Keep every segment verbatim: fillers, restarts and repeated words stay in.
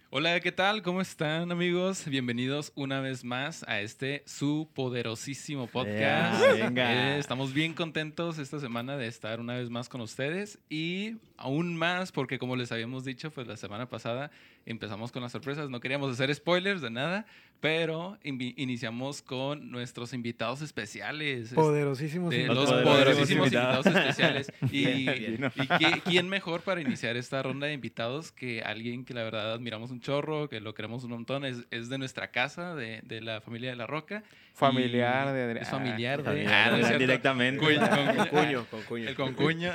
Hola, ¿qué tal? ¿Cómo están, amigos? Bienvenidos una vez más a este su poderosísimo podcast. Yeah, venga. Eh, estamos bien contentos esta semana de estar una vez más con ustedes y aún más porque, como les habíamos dicho, pues la semana pasada empezamos con las sorpresas. No queríamos hacer spoilers de nada, pero invi- iniciamos con nuestros invitados especiales. Poderosísimos De invitados. los Poderosísimos poderosísimos invitados. invitados especiales. Y, Bien, bien. y qué- quién mejor para iniciar esta ronda de invitados que alguien que la verdad admiramos un chorro, que lo queremos un montón, es, es de nuestra casa, de, de la familia de La Roca. Familiar Y de Adrián. Es familiar de... Familiar, Ah, no es cierto. directamente. Cuñ- con- Con cuño, con cuño. El concuño.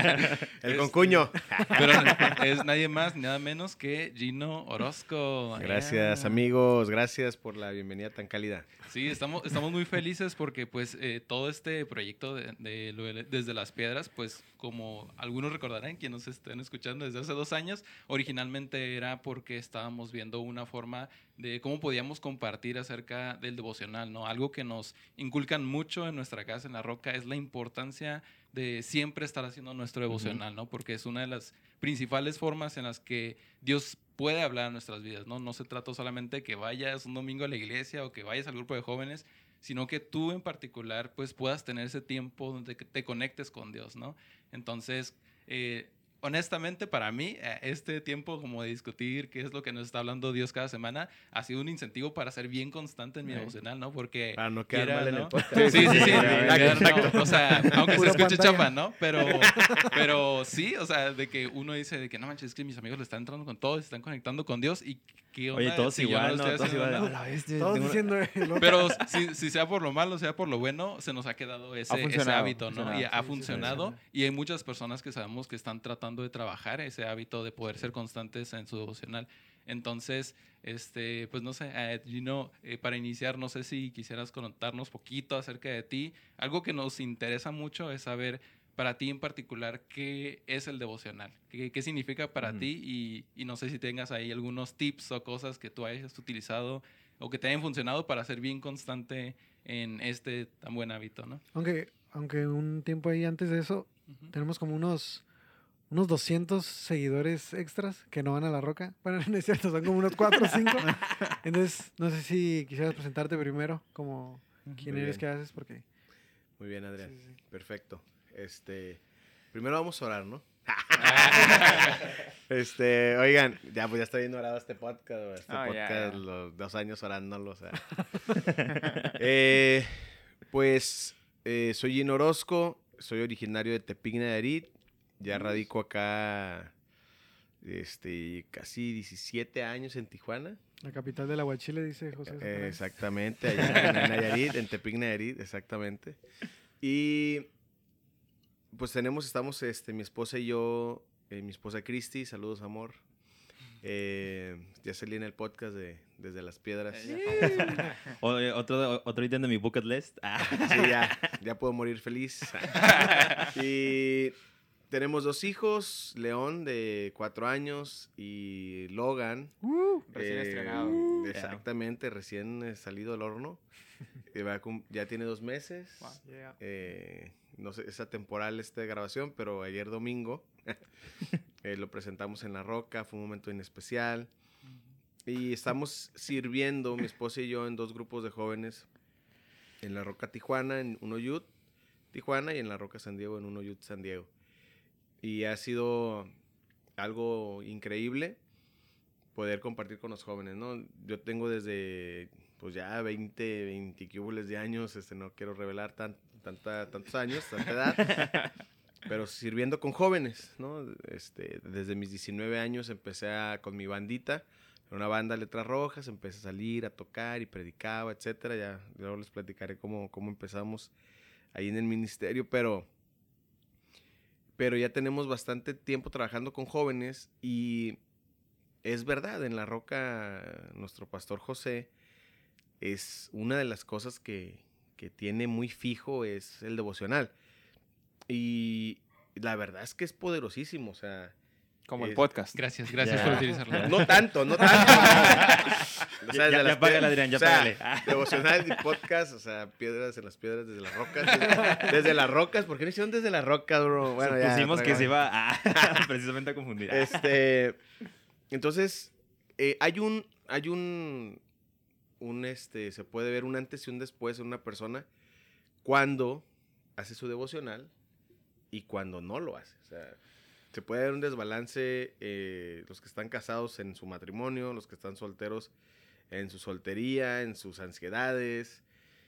El Es- concuño. Pero es nadie más, ni nada menos que Gino Orozco. Gracias, Ah. amigos. Gracias por la bienvenida tan cálida. Sí, estamos, estamos muy felices porque pues eh, todo este proyecto de, de lo de- desde las piedras, pues como algunos recordarán, quienes nos estén escuchando desde hace dos años, originalmente era porque estábamos viendo una forma de cómo podíamos compartir acerca del devocional, ¿no? Algo que nos inculcan mucho en nuestra casa, en La Roca, es la importancia de siempre estar haciendo nuestro devocional, ¿no? Porque es una de las principales formas en las que Dios puede hablar a nuestras vidas, ¿no? No se trata solamente de que vayas un domingo a la iglesia o que vayas al grupo de jóvenes, sino que tú en particular pues puedas tener ese tiempo donde que te conectes con Dios, ¿no? Entonces, eh, honestamente para mí, eh, este tiempo como de discutir qué es lo que nos está hablando Dios cada semana ha sido un incentivo para ser bien constante en mi Sí. devocional, ¿no? Porque Para no quedar quiera, mal en ¿no? el podcast. Sí, sí, sí. Sí, quedar, exacto. no, o sea, aunque se Pura escuche pantalla. chafa, ¿no? Pero, pero sí, o sea, de que uno dice de que no manches, es que mis amigos le están entrando con todo, se están conectando con Dios y qué onda Oye, todos si yo no lo igual, ¿no? estoy Todos haciendo, igual. ¿no? A la bestia, Todos tengo- diciendo el otro. Pero si, si sea por lo malo, sea por lo bueno, se nos ha quedado ese, Ha ese funcionado, hábito, ¿no? funcionado. Y ha Sí, sí, funcionado. funciona. Y hay muchas personas que sabemos que están tratando de trabajar ese hábito de poder ser constantes en su devocional. Entonces, este, pues no sé, eh, Gino, eh, para iniciar, no sé si quisieras contarnos poquito acerca de ti. Algo que nos interesa mucho es saber, para ti en particular, qué es el devocional, qué, qué significa para Ujú. ti y, y no sé si tengas ahí algunos tips o cosas que tú hayas utilizado o que te hayan funcionado para ser bien constante en este tan buen hábito, ¿no? Aunque, aunque un tiempo ahí antes de eso, Ujú. tenemos como unos, unos doscientos seguidores extras que no van a La Roca. Bueno, no es cierto, son como unos cuatro o cinco. Entonces, no sé si quisieras presentarte primero, como quién Muy eres, bien. qué haces, porque... Muy bien, Adrián. Sí, sí. Perfecto. Este, primero vamos a orar, ¿no? Este, oigan, ya pues ya está bien orado este podcast, güey, este Ah, ya, podcast, ya. los dos años orándolo, o sea. Eh, pues eh, soy Gino Orozco, soy originario de Tepic Nayarit, ya radico acá, este, casi diecisiete años en Tijuana. La capital del aguachile, dice José. Eh, Zacarías. exactamente, allá en Nayarit, en Tepic Nayarit, exactamente. Y pues tenemos, estamos, este, mi esposa y yo, eh, mi esposa Cristi, saludos amor. Eh, ya salí en el podcast de Desde las Piedras. Oye, otro, otro ítem de mi bucket list. Ah. Sí, ya, ya puedo morir feliz. Y tenemos dos hijos, León de cuatro años y Logan. Uh, Recién eh, estrenado. Exactamente, recién eh, salido del horno. Eh, va a cum- ya tiene dos meses. yeah. Eh, no sé, esa temporal esta de grabación, pero ayer domingo eh, lo presentamos en La Roca, fue un momento en especial. Y estamos sirviendo, mi esposa y yo, en dos grupos de jóvenes, en La Roca Tijuana, en Uno Youth Tijuana, y en La Roca San Diego, en Uno Youth San Diego. Y ha sido algo increíble poder compartir con los jóvenes, ¿no? Yo tengo desde, pues ya veinte, veinte cúbules de años, este, no quiero revelar tan, tanta, tantos años, tanta edad, pero sirviendo con jóvenes, ¿no? Este, desde mis diecinueve años empecé a, con mi bandita, una banda Letras Rojas, empecé a salir, a tocar y predicaba, etcétera. Ya luego les platicaré cómo, cómo empezamos ahí en el ministerio, pero, pero ya tenemos bastante tiempo trabajando con jóvenes y es verdad, en La Roca nuestro pastor José es una de las cosas que, que tiene muy fijo es el devocional. Y la verdad es que es poderosísimo, o sea... Como el es- podcast. Gracias, gracias Ya. por utilizarlo. No tanto, no tanto. O sea, Ya- desde ya las págale, pie- Adrián, ya o sea, págale. Ah. Devocional y podcast, o sea, piedras en las piedras desde las rocas. Desde, desde las rocas, ¿por qué no hicieron desde las rocas, bro? Bueno, ya, Supusimos que traigo- se iba a, precisamente a confundir. Ah. Este, entonces, eh, hay un, hay un, un, este, se puede ver un antes y un después en una persona cuando hace su devocional y cuando no lo hace. O sea, se puede ver un desbalance, eh, los que están casados en su matrimonio, los que están solteros en su soltería, en sus ansiedades.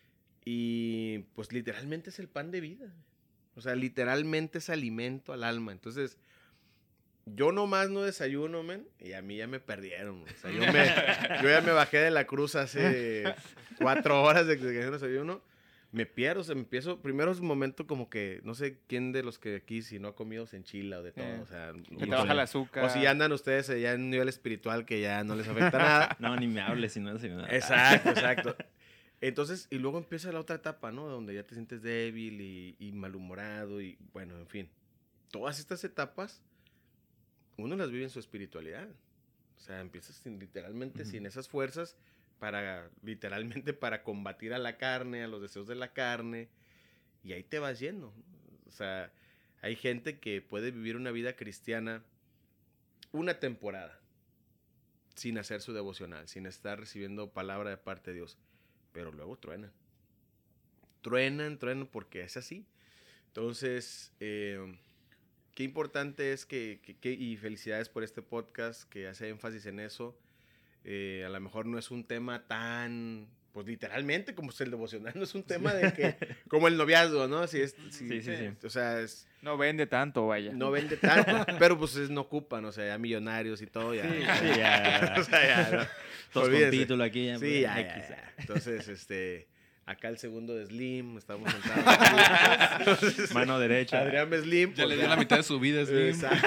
Y pues literalmente es el pan de vida. O sea, literalmente es alimento al alma. Entonces, yo nomás no desayuno, men, y a mí ya me perdieron. O sea, yo, me, yo ya me bajé de la cruz hace cuatro horas de que no desayuno. Me pierdo, o sea, me empiezo, primero es un momento como que, no sé quién de los que aquí, si no ha comido se enchila o de todo, Eh, o sea. Que te baja el azúcar. O si ya andan ustedes ya en un nivel espiritual que ya no les afecta nada. No, ni me hables si no desayunas. Exacto, exacto. Entonces, y luego empieza la otra etapa, ¿no? Donde ya te sientes débil y, y malhumorado y, bueno, en fin. Todas estas etapas, uno las vive en su espiritualidad. O sea, empiezas sin, literalmente uh-huh. sin esas fuerzas para, literalmente para combatir a la carne, a los deseos de la carne, y ahí te vas yendo. O sea, hay gente que puede vivir una vida cristiana una temporada sin hacer su devocional, sin estar recibiendo palabra de parte de Dios, pero luego truenan. Truenan, truenan porque es así. Entonces, eh, qué importante es que, que, que, y felicidades por este podcast que hace énfasis en eso. Eh, a lo mejor no es un tema tan, pues literalmente como es el devocional, no es un tema de que, como el noviazgo, ¿no? Si es, si, sí, sí, sí. O sea, es, no vende tanto, vaya. No vende tanto, pero pues es, no ocupan, o sea, ya millonarios y todo, ya. Sí, ya. Sí, ya. O sea, ya, ¿no? Todos con título aquí. Ya, sí, ya, ya, ya. Entonces, este, acá el segundo de Slim, estamos sentados aquí. Entonces, mano derecha. Adrián Slim. Ya pues, le dio la mitad de su vida, Slim. Exacto.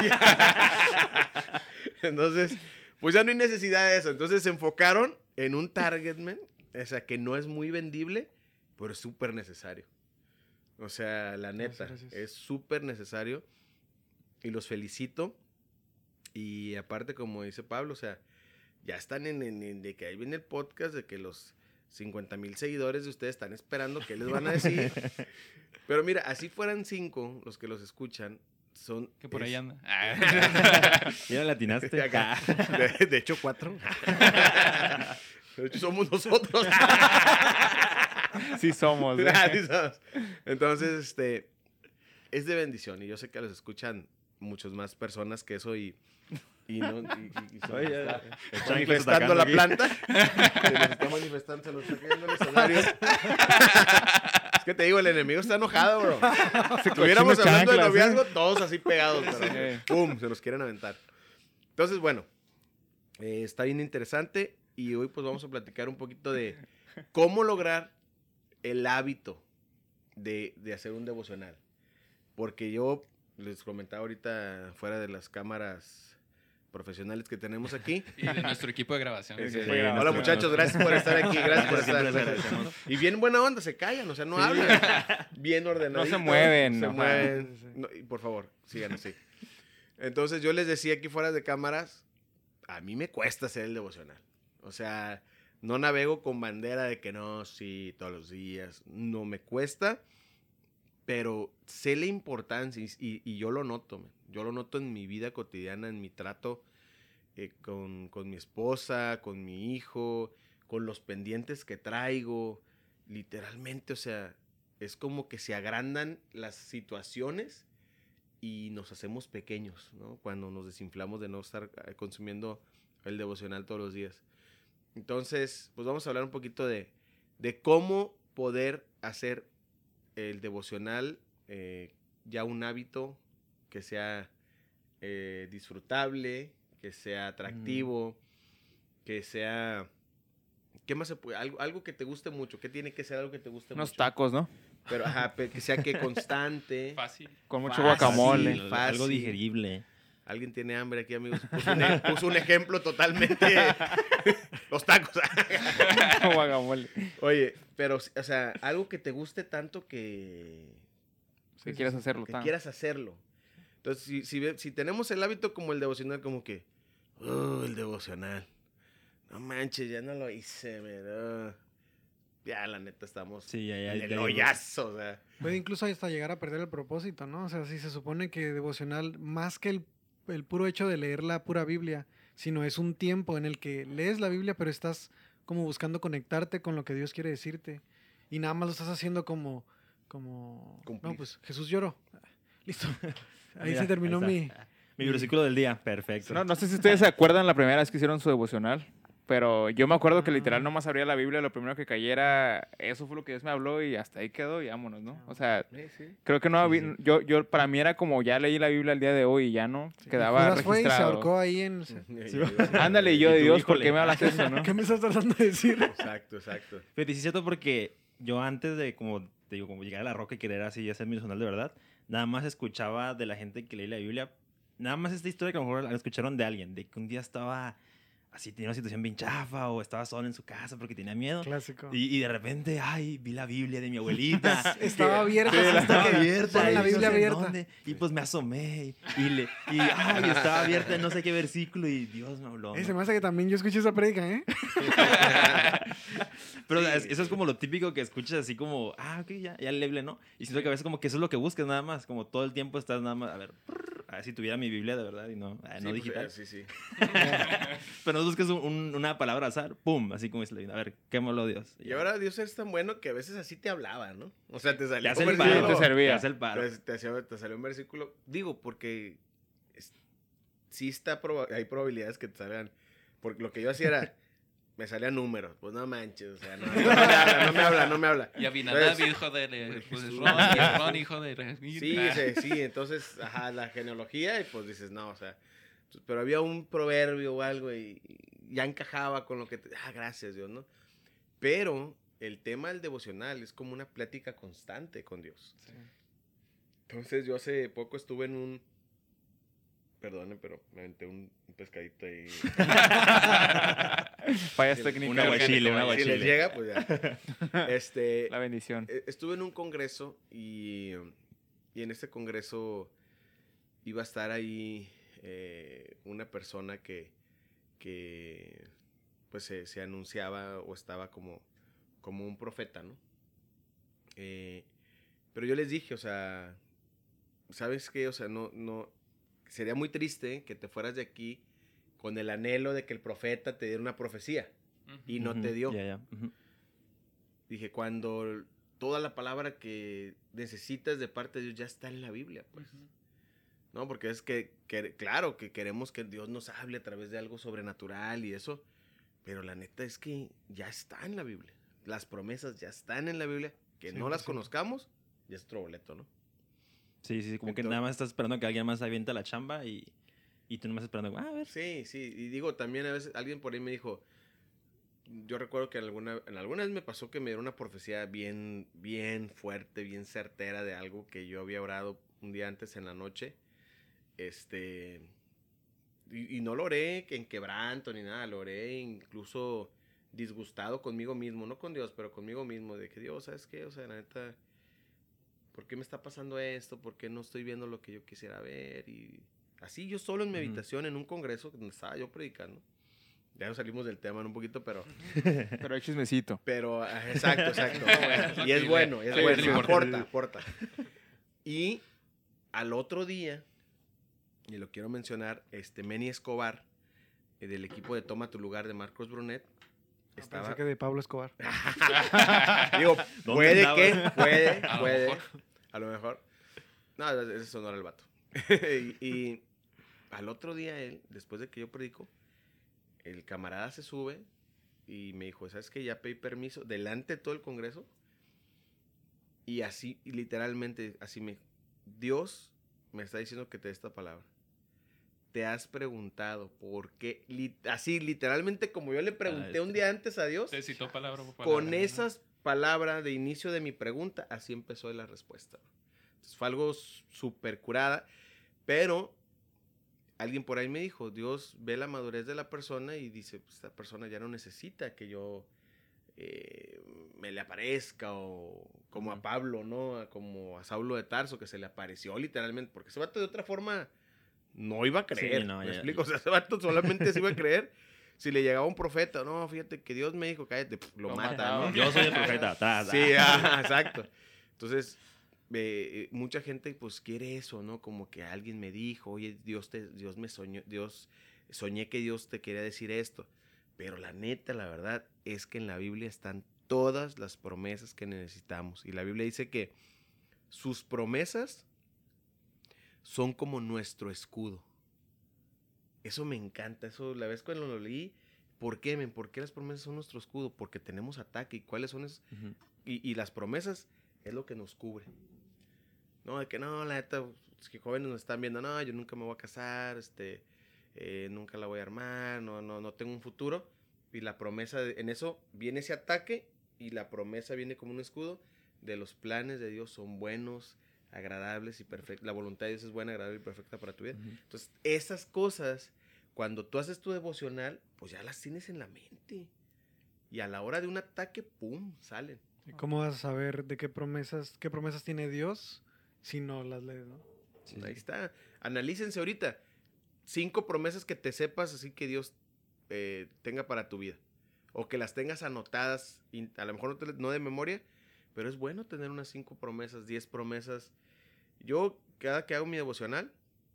Entonces, pues ya no hay necesidad de eso. Entonces se enfocaron en un target, man, o sea, que no es muy vendible, pero es súper necesario. O sea, la neta, gracias, gracias. Es súper necesario y los felicito. Y aparte, como dice Pablo, o sea, ya están en, en, en de que ahí viene el podcast, de que los cincuenta mil seguidores de ustedes están esperando qué les van a decir. Pero mira, así fueran cinco los que los escuchan, son... Que por es, ahí anda. Ya latinaste. Acá. De, de hecho, cuatro. De hecho, somos nosotros. Sí somos, ¿eh? Sí somos. Entonces, este, es de bendición. Y yo sé que los escuchan muchas más personas que eso y... Y no, y, y, y se Oye, está está manifestando la aquí. planta. Se nos está manifestando, se nos está cayendo el escenario. Es que te digo, el enemigo está enojado, bro. Si estuviéramos hablando de noviazgo, ¿eh? Todos así pegados, pero sí. ¡Pum! Se nos quieren aventar. Entonces, bueno, eh, está bien interesante. Y hoy pues vamos a platicar un poquito de cómo lograr el hábito de, de hacer un devocional. Porque yo les comentaba ahorita fuera de las cámaras profesionales que tenemos aquí. Y de nuestro equipo de grabación. Sí, sí. Hola muchachos, gracias por estar aquí, gracias por estar aquí. Y bien buena onda, se callan, o sea, no sí. hablan. Bien ordenaditos. No se mueven. Se no. mueven. No, y por favor, sigan así. Entonces yo les decía aquí fuera de cámaras, a mí me cuesta hacer el devocional. O sea, no navego con bandera de que no, sí, todos los días. No me cuesta, pero sé la importancia y, y, y yo lo noto, man. Yo lo noto en mi vida cotidiana, en mi trato eh, con, con mi esposa, con mi hijo, con los pendientes que traigo. Literalmente, o sea, es como que se agrandan las situaciones y nos hacemos pequeños, ¿no? Cuando nos desinflamos de no estar consumiendo el devocional todos los días. Entonces, pues vamos a hablar un poquito de, de cómo poder hacer el devocional eh, ya un hábito que sea eh, disfrutable, que sea atractivo, mm. que sea... ¿Qué más se puede? Algo, algo que te guste mucho. ¿Qué tiene que ser algo que te guste Unos mucho? Unos tacos, ¿no? Pero, ajá, que sea que constante. Fácil. Con mucho fácil, guacamole. Fácil. Algo digerible. Alguien tiene hambre aquí, amigos. Puso un, puso un ejemplo totalmente... Los tacos. Guacamole. Oye, pero, o sea, algo que te guste tanto que... Que quieras hacerlo. Que tan. quieras hacerlo. Entonces, si, si, si tenemos el hábito como el devocional, como que... Oh, el devocional. No manches, ya no lo hice, pero... Ya, la neta, estamos sí, ya, ya, en el ya, hoyazo, o sea. Puede incluso hasta llegar a perder el propósito, ¿no? O sea, si se supone que devocional, más que el, el puro hecho de leer la pura Biblia, sino es un tiempo en el que lees la Biblia, pero estás como buscando conectarte con lo que Dios quiere decirte. Y nada más lo estás haciendo como, como, Cumplir. no, pues Jesús lloró. Listo. Ahí Mira, se terminó ahí mi... está. Mi versículo del día, perfecto. No, no sé si ustedes se acuerdan la primera vez que hicieron su devocional, pero yo me acuerdo que literal Ah. nomás abría la Biblia, lo primero que cayera, eso fue lo que Dios me habló y hasta ahí quedó y vámonos, ¿no? O sea, Sí, sí. creo que no Sí, había, sí. yo, yo, para mí era como ya leí la Biblia el día de hoy y ya no, quedaba Judas fue y se registrado. ahorcó ahí en... Sí, Ándale, y yo Y de tú, Dios, ¿por híjole. qué me hablas eso, no? ¿Qué me estás tratando de decir? Exacto, exacto. Pero sí es cierto porque yo antes de como te digo como llegar a la roca y querer así hacer mi personal de verdad, nada más escuchaba de la gente que leí la Biblia, nada más esta historia que a lo mejor la escucharon de alguien, de que un día estaba así, tenía una situación bien chafa o estaba solo en su casa porque tenía miedo. Clásico. Y, y de repente, ay, vi la Biblia de mi abuelita. Estaba abierta. Sí, hasta estaba que abierta. ponen la y no Biblia sé abierta. dónde, y pues me asomé y, y le, y ay, estaba abierta en no sé qué versículo y Dios me habló. Eh, ¿no? se me hace que también yo escuché esa predica, ¿eh? Pero Sí, es- eso es sí. como lo típico que escuchas así como, ah, ok, ya, ya leble, ¿no? Y siento que a veces como que eso es lo que buscas nada más, como todo el tiempo estás nada más, a ver, prr, a ver si tuviera mi Biblia de verdad y no, ah, no Sí, pues, digital. eh, sí, sí. Pero no buscas un- un- una palabra al azar, pum, así como dice la Biblia, a ver, ¿qué me habló Dios? Y ahora Dios es tan bueno que a veces así te hablaba, ¿no? O sea, te te salía hace un el versículo. paro, Te servía. te hace el paro. Te, te hacía- te salió un versículo. Digo, porque es- sí está proba- hay probabilidades que te salgan. Porque lo que yo hacía era, me salían números. Pues no manches, o sea, no, no me habla, no me habla, no me habla. Y Abinadab, Entonces, hijo de... de- Pues Jesús. Ron, y Ron, hijo de... Sí, sí, sí, entonces, ajá, la genealogía y pues dices, no, o sea, pues, pero había un proverbio o algo y, y ya encajaba con lo que, te, ah, gracias Dios, ¿no? Pero el tema del devocional es como una plática constante con Dios. Entonces yo hace poco estuve en un, perdone, pero me aventé un, un pescadito ahí. Fallas Sí, técnicas. un aguachile, un Si aguachile. les llega, pues ya. Este, La bendición. eh, estuve en un congreso y, y en este congreso iba a estar ahí eh, una persona que, que pues se, se anunciaba o estaba como, como un profeta, ¿no? Eh, pero yo les dije, o sea, ¿sabes qué? O sea, no, no, sería muy triste que te fueras de aquí con el anhelo de que el profeta te diera una profecía y no te Ujú, dio. Ya, ya. Ujú. Dije, cuando toda la palabra que necesitas de parte de Dios ya está en la Biblia, pues. No, porque es que, que, claro, que queremos que Dios nos hable a través de algo sobrenatural y eso, pero la neta es que ya está en la Biblia. Las promesas ya están en la Biblia. Que no las cien por ciento. conozcamos, ya es otro boleto, ¿no? Sí, sí, sí, como que Entonces- nada más estás esperando que alguien más avienta la chamba y, y tú nomás esperando, ah, a ver. Sí, sí, y digo, también a veces alguien por ahí me dijo, yo recuerdo que en alguna, en alguna vez me pasó que me dieron una profecía bien, bien fuerte, bien certera de algo que yo había orado un día antes en la noche, este, y, y no lo oré en quebranto ni nada, lo oré incluso disgustado conmigo mismo, no con Dios, pero conmigo mismo, de que Dios, ¿sabes qué? O sea, la neta, ¿por qué me está pasando esto? ¿Por qué no estoy viendo lo que yo quisiera ver? Y así yo solo en mi Ujú. habitación, en un congreso donde estaba yo predicando. Ya nos salimos del tema ¿no? un poquito, pero... Pero hay chismecito. Pero, ah, exacto, exacto. Bueno, y es ok, bueno, es sí, bueno, es aporta, aporta. Y al otro día, y lo quiero mencionar, este Meni Escobar, eh, del equipo de Toma tu Lugar de Marcos Brunet, estaba... Pensé que de Pablo Escobar. Digo, ¿Dónde puede andaba? que, puede, A lo puede, mejor. a lo mejor. No, ese sonó el vato. y, y al otro día él, después de que yo predico, el camarada se sube y me dijo, ¿sabes qué? Ya pedí permiso delante de todo el congreso. Y así, y literalmente, así me... Dios me está diciendo que te dé esta palabra. Te has preguntado por qué, li- así literalmente como yo le pregunté un está. día antes a Dios, Te citó palabra por palabra. con esas palabras de inicio de mi pregunta, así empezó la respuesta. Entonces fue algo súper curada, pero alguien por ahí me dijo, Dios ve la madurez de la persona y dice, pues, esta persona ya no necesita que yo eh, me le aparezca o como a Ujú. Pablo, ¿no? Como a Saulo de Tarso, que se le apareció literalmente, porque ese vato de otra forma no iba a creer, Sí, no, ¿me ya- explico? O sea, ese vato solamente se iba a creer si le llegaba un profeta, no, fíjate que Dios me dijo, cállate, pf, lo, Lo mata, mataba. ¿no? Yo soy el profeta. ta, ta. Sí, ah, exacto. Entonces, eh, mucha gente pues quiere eso, ¿no? Como que alguien me dijo, oye, Dios te, Dios me soñó, Dios soñé que Dios te quería decir esto. Pero la neta, la verdad, es que en la Biblia están todas las promesas que necesitamos. Y la Biblia dice que sus promesas son como nuestro escudo. Eso me encanta. Eso la vez cuando lo leí, ¿por qué, men? ¿Por qué las promesas son nuestro escudo? Porque tenemos ataque. ¿Y cuáles son esos? Ujú. Y, y las promesas es lo que nos cubre. No, de que no, la neta, es que jóvenes nos están viendo, no, yo nunca me voy a casar, este, eh, nunca la voy a armar, no, no, no tengo un futuro. Y la promesa, de- en eso viene ese ataque y la promesa viene como un escudo de los planes de Dios son buenos, agradables y perfectos. La voluntad de Dios es buena, agradable y perfecta para tu vida. Ujú. Entonces, esas cosas, cuando tú haces tu devocional, pues ya las tienes en la mente. Y a la hora de un ataque, ¡pum!, salen. ¿Y ¿Cómo vas a saber de qué promesas, qué promesas tiene Dios si no las lees, no? Sí, Ahí sí. está. Analícense ahorita. Cinco promesas que te sepas así que Dios eh, tenga para tu vida. O que las tengas anotadas, y a lo mejor no, te- no de memoria, pero es bueno tener unas cinco promesas, diez promesas. Yo, cada que hago mi devocional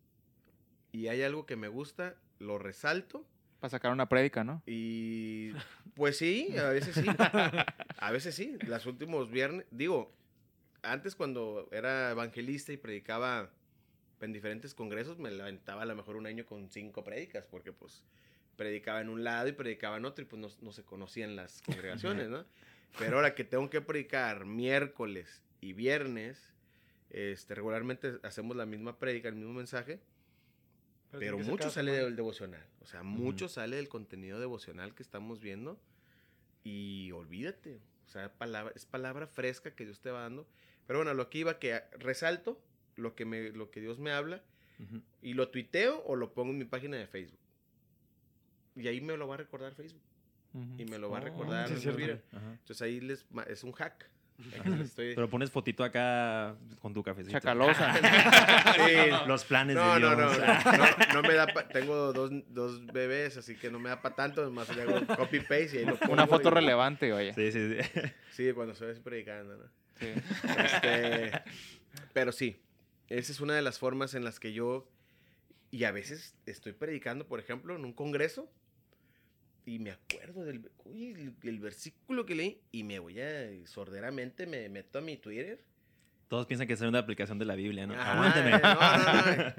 y hay algo que me gusta, lo resalto. Para sacar una prédica, ¿no? Y pues sí, a veces sí. A veces sí. Los últimos viernes, digo, antes cuando era evangelista y predicaba en diferentes congresos, me levantaba a lo mejor un año con cinco prédicas, porque pues predicaba en un lado y predicaba en otro y pues no, no se conocían las congregaciones, ¿no? Pero ahora que tengo que predicar miércoles y viernes, este, regularmente hacemos la misma prédica, el mismo mensaje, pero tiene que ser mucho cada sale semana. del devocional. O sea, mucho sale del contenido devocional que estamos viendo. Y olvídate. O sea, palabra, es palabra fresca que Dios te va dando. Pero bueno, lo que iba que resalto, lo que, me, lo que Dios me habla, Ujú. y lo tuiteo o lo pongo en mi página de Facebook. Y ahí me lo va a recordar Facebook. Y me lo va a Oh, recordar sí, es cierto. Twitter. Ajá. Entonces ahí les, ma- es un hack. Aquí les estoy... Pero pones fotito acá con tu cafecito. Chacalosa. Sí. Los planes No, de no, Dios. no, no, no, no me da pa- tengo dos, dos bebés, así que no me da para tanto, además le hago copy paste y ahí lo pongo. Una foto y- relevante, oye. Sí, sí, sí. Sí, cuando estoy así predicando, ¿no? Sí. Este, pero sí, esa es una de las formas en las que yo, y a veces estoy predicando, por ejemplo, en un congreso, y me acuerdo del uy, el, el versículo que leí, y me voy a, sorderamente me meto a mi Twitter. Todos piensan que es una aplicación de la Biblia, ¿no? Ajá, Aguánteme. no, no, no.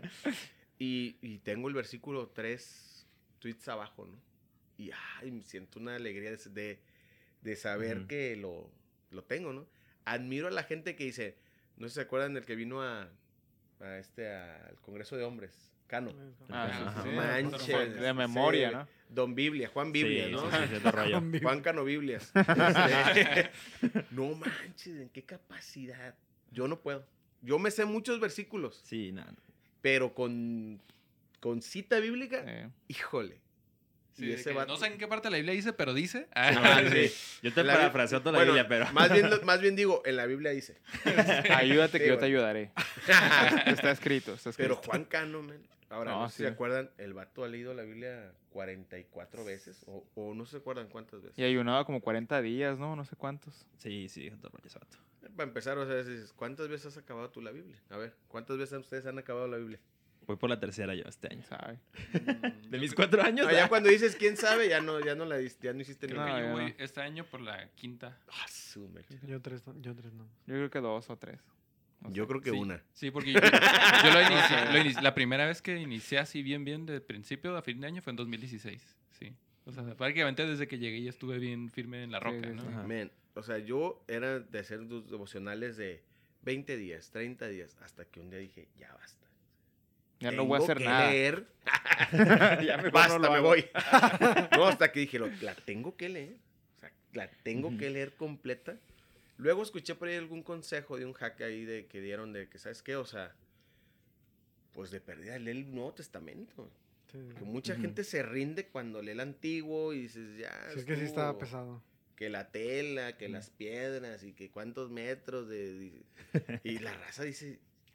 Y, y tengo el versículo tres tweets abajo, ¿no? Y ay, me siento una alegría de, de, de saber Ujú. que lo, lo tengo, ¿no? Admiro a la gente que dice, no sé si se acuerdan del que vino a, a este, al Congreso de Hombres, Cano. Ah, sí, Ajá. sí, sí. Manches. De memoria, Sí, ¿no? Don Biblia, Juan Biblia, Sí, ¿no? sí, sí, sí, otro rollo. Con Biblia. Juan Cano Biblias. Este, no manches, ¿en qué capacidad? Yo no puedo. Yo me sé muchos versículos, Sí, nada. pero con, con cita bíblica, Sí. híjole. Sí, y de ese que vato- no sé en qué parte de la Biblia dice, pero dice. Ah, sí. Yo te La Bi- parafraseo toda la bueno, Biblia, pero... Más bien, lo- más bien digo, en la Biblia dice. Ayúdate que Sí, yo te güey. ayudaré. Está escrito, está escrito. Pero Juan Cano, man. Ahora, no, No, sé si sí. se acuerdan, el vato ha leído la Biblia cuarenta y cuatro veces, o, o no se acuerdan cuántas veces. Y ayunaba como cuarenta días, ¿no? No sé cuántos. Sí, sí, otro rollo ese vato. Para empezar, o sea, dices, ¿cuántas veces has acabado tú la Biblia? A ver, ¿cuántas veces ustedes han acabado la Biblia? Voy por la tercera yo este año. ¿Sabe? De mis cuatro años. Ah, ya cuando dices quién sabe, ya no, ya no la dis- ya no hiciste Creo ni No, que ya yo voy no. este año por la quinta. Ah, su mecha. Yo tres, no- yo tres no. Yo creo que dos o tres. No Yo sé. creo que Sí. una. Sí, porque yo, yo lo inicié, lo inicié- la primera vez que inicié así bien, bien de principio a fin de año fue en dos mil dieciséis. Sí. O sea, prácticamente desde que llegué ya estuve bien firme en la Sí, roca, sí, ¿no? sí. Ajá. Men, o sea, yo era de hacer los devocionales de veinte días, treinta días, hasta que un día dije, ya basta. Ya no voy a hacer que nada. leer. Ya mejor Basta, no lo me hago. voy. No, hasta que dije, lo- la tengo que leer. O sea, la tengo Ujú. que leer completa. Luego escuché por ahí algún consejo de un hack ahí de que dieron de que, ¿sabes qué? O sea, pues de perdida lee el Nuevo Testamento. Sí, Que mucha Ujú. gente se rinde cuando lee el Antiguo y dices, ya. sí, es que sí estuvo, estaba pesado. Que la tela, que las piedras y que cuántos metros de. de- y la raza dice,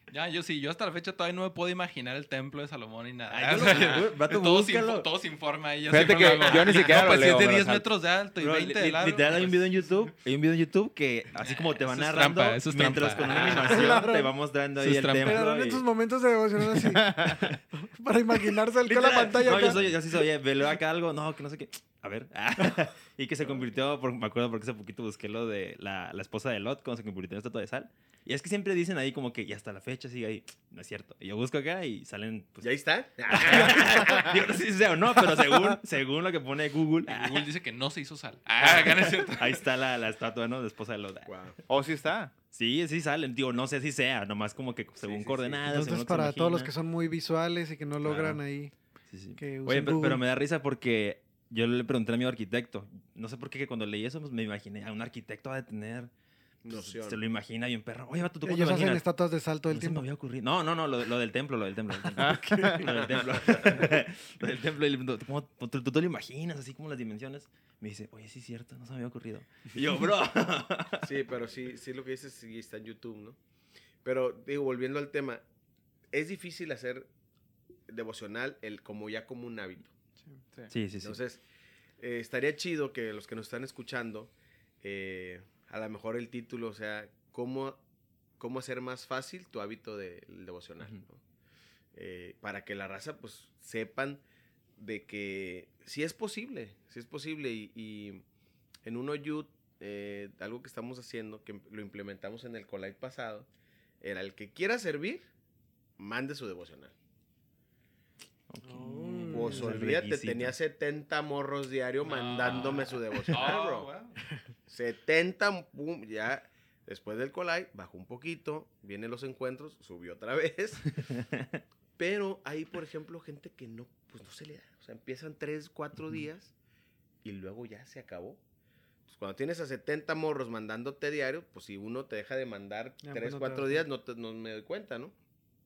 Ya, yo sí, yo hasta la fecha todavía no me puedo imaginar el templo de Salomón ni nada. Ay, O yo sea, lo- vato, todo, sin, búscalo. todo sin forma ahí. yo Fíjate siempre que me hago- yo ni siquiera No, pues lo si es leo, de me lo diez salto. metros de alto y Bro, veinte de li- largo. literal hay un pues, video en YouTube, hay un video en YouTube que así como te van Eso es narrando, trampa, eso es mientras trampa. con una Ah. animación Claro. te va mostrando Eso ahí es el trampa. Pero templo. dan y- estos momentos de devocional así. Para imaginarse el con la Literal, pantalla no, acá. yo soy, yo sí soy, eh, veo acá algo, no, que no sé qué, a ver, y que se convirtió, por- me acuerdo porque hace poquito busqué lo de la, la esposa de Lot, cuando se convirtió en estatua de sal, y es que siempre dicen ahí como que, y hasta la fecha sigue ahí, no es cierto, y yo busco acá y salen, pues, ¿Y ahí está? digo, no sé si sea o no, pero según, según lo que pone Google, y Google dice que no se hizo sal. Ah, acá no es cierto. ahí está la, la estatua, ¿no?, de esposa de Lot. Wow. Oh, sí está. Sí, sí salen, digo, no sé si sea, nomás como que según sí, sí. coordenadas, Entonces, según lo que se para todos los imagina. que son muy visuales y que no logran ahí Sí, sí. que usen Oye, pero, Google. pero me da risa porque yo le pregunté a mi arquitecto. No sé por qué que cuando leí eso pues me imaginé a un arquitecto va a tener. pues, Noción. se lo imagina bien perro. Oye, vato, ¿tú cómo te Ellos hacen imaginas? estatuas de sal todo el No se me tiempo. había ocurrido. No, no, no, lo, lo del templo, lo del templo. Lo del templo. Ah, Lo del templo. Lo del templo. Y le pregunto, ¿cómo, tú, tú te lo imaginas así como las dimensiones? Me dice, oye, sí es cierto, no se me había ocurrido. Y yo, bro. Sí, pero sí, sí lo que dices sí está en YouTube, ¿no? Pero, digo, volviendo al tema, es difícil hacer devocional el, como ya como un hábito. Sí. Sí, sí, sí. Entonces, eh, estaría chido que los que nos están escuchando, eh, a lo mejor el título, o sea, cómo, cómo hacer más fácil tu hábito del devocional, Ujú. ¿no? Eh, para que la raza, pues, sepan de que sí es posible, sí es posible. Y, y en un Oyut, eh, algo que estamos haciendo, que lo implementamos en el Collide pasado, era el que quiera servir, mande su devocional. Ok. Oh. Pues Es el olvídate, requisito. tenía setenta morros diario No. mandándome su devocional, Oh, bro. wow. setenta, pum, ya. Después del Collide, bajó un poquito, vienen los encuentros, subió otra vez. Pero hay, por ejemplo, gente que no, pues no se le da. O sea, empiezan tres, cuatro días y luego ya se acabó. Pues cuando tienes a setenta morros mandándote diario, pues si uno te deja de mandar Ya, pues tres, no te cuatro das días, no, te- no me doy cuenta, ¿no?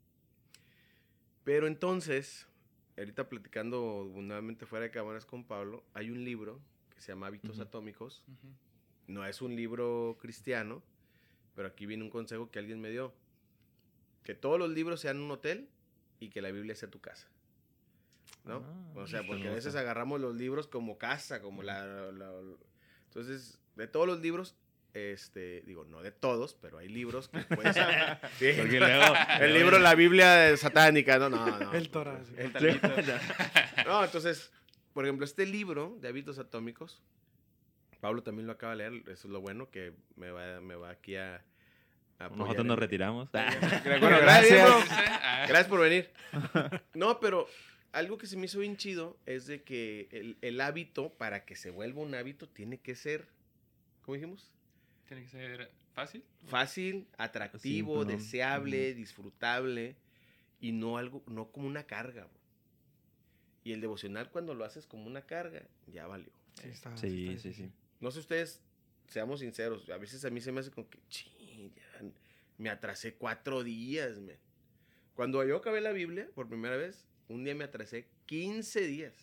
Pero entonces, ahorita platicando nuevamente fuera de cámaras con Pablo, hay un libro que se llama Hábitos Ujú. Atómicos. Ujú. No es un libro cristiano, pero aquí viene un consejo que alguien me dio. Que todos los libros sean un hotel y que la Biblia sea tu casa. ¿No? Ah, o sea, está porque a hermoso. veces agarramos los libros como casa, como la, la- la- Entonces, de todos los libros, este, digo, no de todos, pero hay libros que puedes... Sí, Porque luego- el libro La Biblia satánica, no, no, no. El Torah, sí. El talito. No, entonces, por ejemplo, este libro de hábitos atómicos, Pablo también lo acaba de leer, eso es lo bueno, que me va, me va aquí a, a apoyar Nosotros nos en- retiramos. Bueno, Bueno, gracias. bro. Ah, Gracias por venir. No, pero algo que se me hizo bien chido es de que el, el hábito, para que se vuelva un hábito, tiene que ser, ¿cómo dijimos? Tiene que ser fácil. Fácil, atractivo, Simple, ¿no? deseable, disfrutable y no algo, no como una carga, bro. Y el devocional cuando lo haces como una carga, ya valió. Sí, está, Sí, está sí, difícil. sí. No sé ustedes, seamos sinceros, a veces a mí se me hace como que, ching, ya me atrasé cuatro días, man. Cuando yo acabé la Biblia por primera vez, un día me atrasé quince días.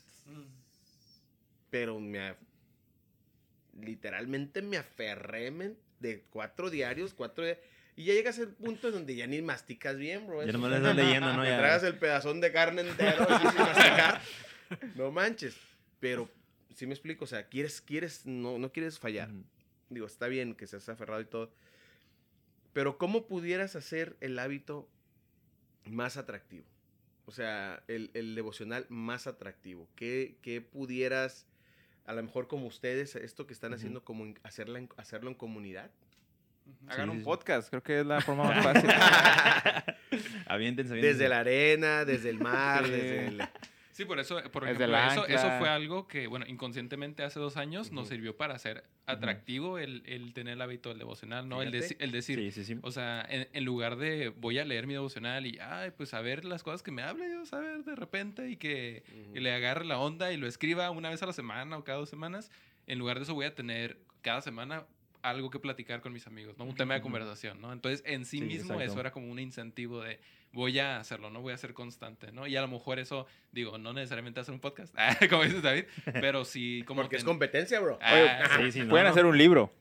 Pero me, a- literalmente me aferré, man, de cuatro diarios, cuatro diarios. Y ya llegas al punto en donde ya ni masticas bien, bro. Ya eso. nomás le estás leyendo, ¿no? Me Ya. tragas el pedazón de carne entero así sin masticar. No manches. Pero, sí me explico, o sea, quieres, quieres, no, no quieres fallar. Ujú. Digo, está bien que seas aferrado y todo. Pero, ¿cómo pudieras hacer el hábito más atractivo? O sea, el, el devocional más atractivo. ¿Qué, qué pudieras, a lo mejor como ustedes, esto que están Ujú. haciendo, como en- hacerla en- hacerlo en comunidad? Hagan Sí, un sí, sí. podcast, creo que es la forma más fácil. Aviéntense, aviéntense. Desde la arena, desde el mar, Sí. desde el... Sí, por eso, por Desde ejemplo, el eso, ancla. eso fue algo que, bueno, inconscientemente hace dos años nos Ujú. sirvió para hacer atractivo el, el tener el hábito del devocional, ¿no? El, Fíjate. deci- el decir, Sí, sí, sí. o sea, en, en lugar de voy a leer mi devocional y, ay, pues a ver las cosas que me hable Dios, a ver de repente y que, que le agarre la onda y lo escriba una vez a la semana o cada dos semanas, en lugar de eso voy a tener cada semana algo que platicar con mis amigos, ¿no? Un tema de Ujú. conversación, ¿no? Entonces, en sí, Sí, mismo exacto. eso era como un incentivo de voy a hacerlo, ¿no? Voy a ser constante, ¿no? Y a lo mejor eso, digo, no necesariamente hacer un podcast, como dices David, pero sí como... Porque es ten- competencia, bro. Ah, Sí, sí, no, Pueden no. hacer un libro.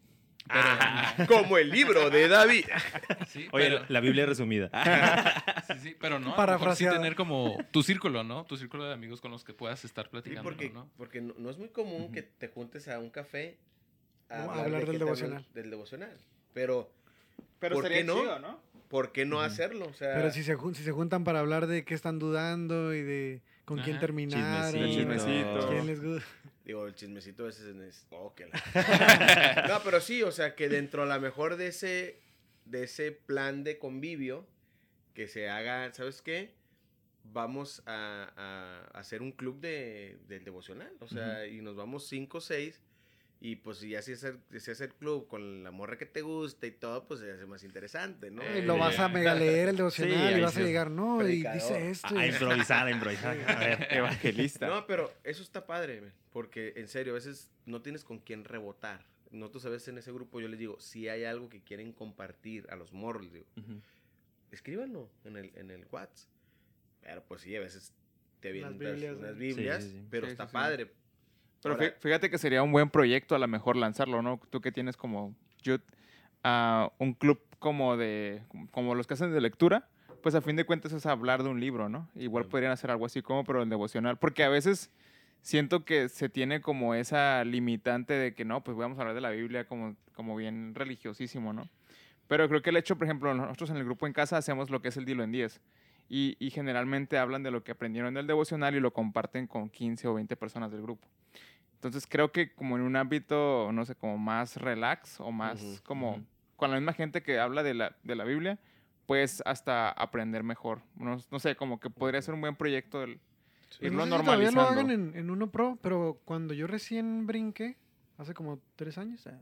Pero, Como el libro de David. sí, Oye, pero, la, la Biblia resumida. sí, sí, pero no, a lo mejor sí Parafraseada. tener como tu círculo, ¿no? Tu círculo de amigos con los que puedas estar Sí, platicando, porque, ¿no? porque no, no es muy común Ujú. que te juntes a un café a No, hablar, hablar de del qué te hablan- devocional. del devocional. Pero, Pero ¿por sería qué no? chido, ¿no? ¿por qué no Ujú. hacerlo? O sea, Pero si se, jun- si se juntan para hablar de qué están dudando y de con quién Ajá. terminaron. Chismecito. ¿Quién les gusta? digo, el chismecito a veces es... Oh, que la- no, pero sí, o sea, que dentro a lo mejor de ese, de ese plan de convivio, que se haga, ¿sabes qué? Vamos a, a hacer un club de, del devocional, o sea, y nos vamos cinco o seis, y pues si ya si hacer, si hacer club con la morra que te gusta y todo, pues se hace más interesante, ¿no? Y lo vas a mega leer el devocional Sí, y ahí vas sí. a llegar, no, y Predicador. dice esto. A y- improvisar, a improvisar. A ver. Evangelista. No, pero eso está padre, man, porque en serio, a veces no tienes con quién rebotar. Nosotros a veces en ese grupo yo les digo, si hay algo que quieren compartir a los morros, les digo, Ujú. escríbanlo en el, en el WhatsApp. Pero pues sí, a veces te Unas avientas Biblias, unas ¿no? Biblias, Sí, sí, sí. pero Sí, está sí, sí. padre. Pero Ahora- fí- fíjate que sería un buen proyecto a lo mejor lanzarlo, ¿no? Tú que tienes como Jude, ah, un club como de como los que hacen de lectura, pues a fin de cuentas es hablar de un libro, ¿no? Igual Sí. podrían hacer algo así como, pero en devocional, porque a veces siento que se tiene como esa limitante de que no, pues vamos a hablar de la Biblia como, como bien religiosísimo, ¿no? Pero creo que el hecho, por ejemplo, nosotros en el grupo en casa hacemos lo que es el Dilo en diez. Y, y generalmente hablan de lo que aprendieron del devocional y lo comparten con quince o veinte personas del grupo. Entonces creo que como en un ámbito, no sé, como más relax o más Ujú, como ujú. con la misma gente que habla de la, de la Biblia, pues hasta aprender mejor. No, no sé, como que podría ser un buen proyecto el Sí. Pues irlo no sé si todavía lo normalizando. hagan en, en Uno Pro, pero cuando yo recién brinqué, hace como tres años, eh,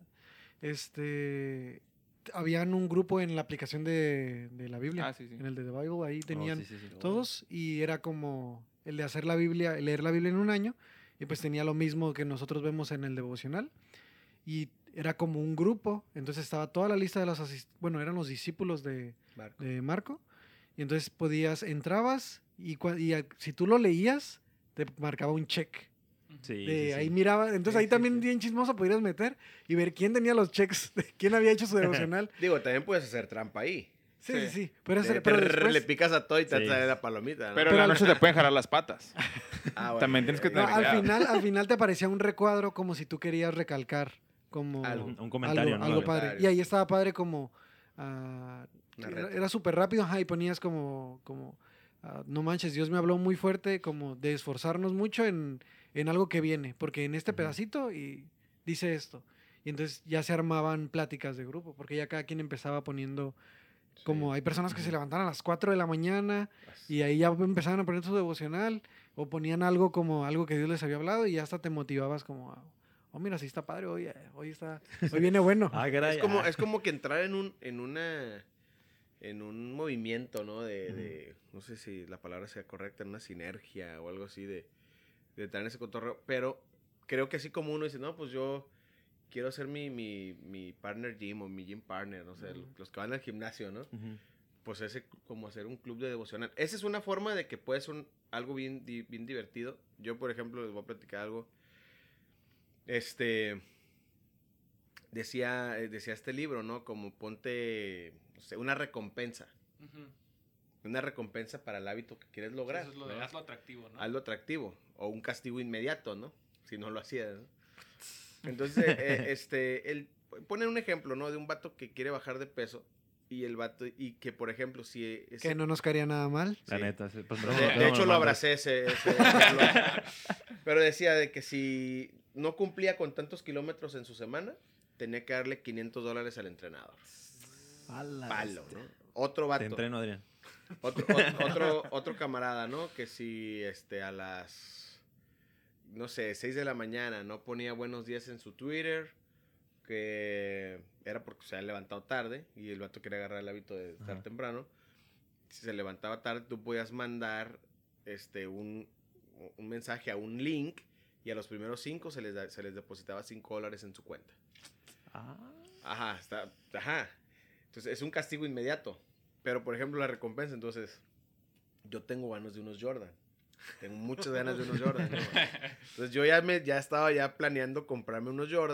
este, habían un grupo en la aplicación de, de la Biblia, Ah, sí, sí. en el de The Bible, ahí tenían Oh, sí, sí, sí. todos y era como el de hacer la Biblia, leer la Biblia en un año, y pues tenía lo mismo que nosotros vemos en el devocional, y era como un grupo, entonces estaba toda la lista de los, asis- bueno, eran los discípulos de, Marco. de Marco, y entonces podías, entrabas, y, cua- y a- si tú lo leías, te marcaba un check. Sí, De sí, sí. ahí miraba, entonces Sí, ahí sí, también sí. bien chismoso podrías meter y ver quién tenía los checks, de quién había hecho su devocional. Digo, también puedes hacer trampa ahí. Sí, Sí. sí, sí. Pero, Le, ese- pero te- después, le picas a todo y te Sí. sale la palomita. ¿no? Pero, Pero en la al- noche te pueden jalar las patas. Ah, bueno, también tienes que ahí- no, tener al cuidado. final, al final te aparecía un recuadro como si tú querías recalcar como Algo. Un, un comentario, algo, ¿no? algo Algo. padre. Comentario. Y ahí estaba padre como ah, Una era, reta. era súper rápido, ajá, y ponías como, como ah, no manches, Dios me habló muy fuerte, como de esforzarnos mucho en, en algo que viene, porque en este Ujú. pedacito y dice esto. Y entonces ya se armaban pláticas de grupo, porque ya cada quien empezaba poniendo, como hay personas que se levantaban a las cuatro de la mañana y ahí ya empezaban a poner su devocional o ponían algo como algo que Dios les había hablado y ya hasta te motivabas como, a, oh mira, sí está padre hoy, eh, hoy está, hoy viene bueno. Ah, caray. Es como, ah. es como que entrar en un, en una, en un movimiento, ¿no? De, de- no sé si la palabra sea correcta, en una sinergia o algo así de, de entrar en ese cotorreo. Pero creo que así como uno dice, no, pues yo quiero ser mi, mi, mi partner gym o mi gym partner, no sé, Ujú. los que van al gimnasio, ¿no? Ujú. Pues ese como hacer un club de devocional. Esa es una forma de que puede ser un- algo bien, di- bien divertido. Yo, por ejemplo, les voy a platicar algo. Este, decía, eh, decía este libro, ¿no? Como ponte, no sé, una recompensa. Ujú. Una recompensa para el hábito que quieres lograr. Eso es lo de ¿no? hazlo atractivo, ¿no? Hazlo atractivo. O un castigo inmediato, ¿no? Si no lo hacías, ¿no? Entonces, eh, este, él pone un ejemplo, ¿no? De un vato que quiere bajar de peso. Y el vato, y que por ejemplo, si ese- Que no nos caería nada mal. La Sí. neta. sí, pues, De, luego- de luego me hecho, lo mandas. abracé ese, ese ejemplo. Pero decía de que si no cumplía con tantos kilómetros en su semana, tenía que darle quinientos dólares al entrenador. A la Palo, bestia. ¿no? Otro Te vato, entreno, Adrián. otro, ot- otro, otro camarada, ¿no? Que si este, a las, no sé, seis de la mañana no ponía buenos días en su Twitter, que era porque se había levantado tarde y el vato quería agarrar el hábito de estar Ajá. temprano. Si se levantaba tarde, tú podías mandar este, un, un mensaje a un link y a los primeros cinco se les, da- se les depositaba cinco dólares en su cuenta. Ah. Ajá, está, ajá. Entonces es un castigo inmediato. Pero por ejemplo la recompensa, entonces yo tengo ganas de unos Jordan. Tengo muchas ganas de unos Jordan. ¿no? Entonces yo ya me ya estaba ya planeando comprarme unos Jordan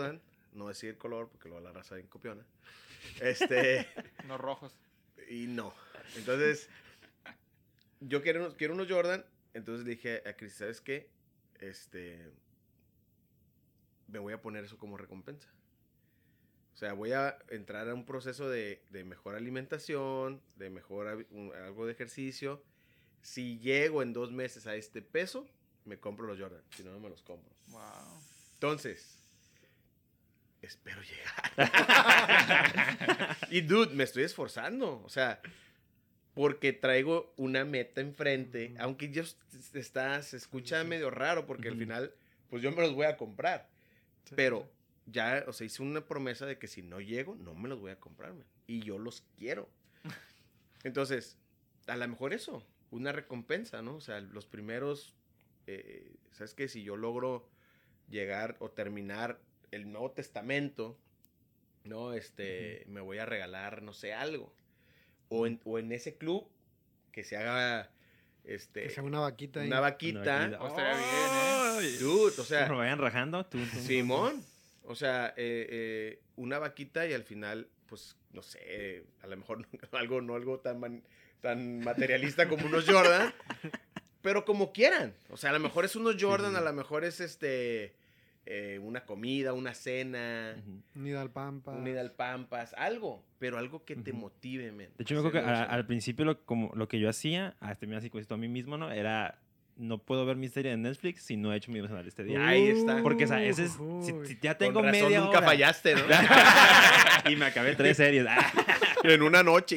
no decir el color porque luego la raza bien copiona. Este, Los rojos. y no. Entonces, yo quiero unos, quiero unos Jordan, entonces le dije a Chris, ¿sabes qué? Este, me voy a poner eso como recompensa. O sea, voy a entrar a un proceso de, de mejor alimentación, de mejor habi- un- algo de ejercicio. Si llego en dos meses a este peso, me compro los Jordan. Si no, no me los compro. Wow. Entonces, espero llegar. Y, dude, me estoy esforzando. O sea, porque traigo una meta enfrente. Aunque yo s- está, se escucha Sí, sí. medio raro, porque al Ujú. final, pues yo me los voy a comprar. Sí, Pero ya, o sea, hice una promesa de que si no llego, no me los voy a comprar, man. Y yo los quiero. Entonces, a lo mejor eso, una recompensa, ¿no? O sea, los primeros, eh, ¿sabes qué? Si yo logro llegar o terminar el Nuevo Testamento, ¿no? Este, me voy a regalar, no sé, algo. O en, o en ese club, que se haga, este, Que sea una vaquita ahí. una vaquita. Una vaquita. Oh, estaría bien, Ay, Dude, o sea, que lo vayan rajando. Tú, tú. Simón. O sea, eh, eh, una vaquita y al final, pues, no sé, a lo mejor no, algo, no algo tan, man- tan materialista como unos Jordan, pero como quieran. O sea, a lo mejor es unos Jordan, sí. a lo mejor es este eh, una comida, una cena, Ujú. Un Nidalpampa. un Nidalpampas, algo, pero algo que te Ujú. motive, men. De hecho, me acuerdo que Hacerlo, a- o sea, al principio lo, como, lo que yo hacía, hasta me así como a mí mismo, ¿no? Era, no puedo ver mi serie de Netflix si no he hecho mi devocional este día. Ahí está. Porque, o sea, ese es, si, Uy. si ya con tengo razón media nunca hora. fallaste, ¿no? Y me acabé tres series. Ah. En una noche.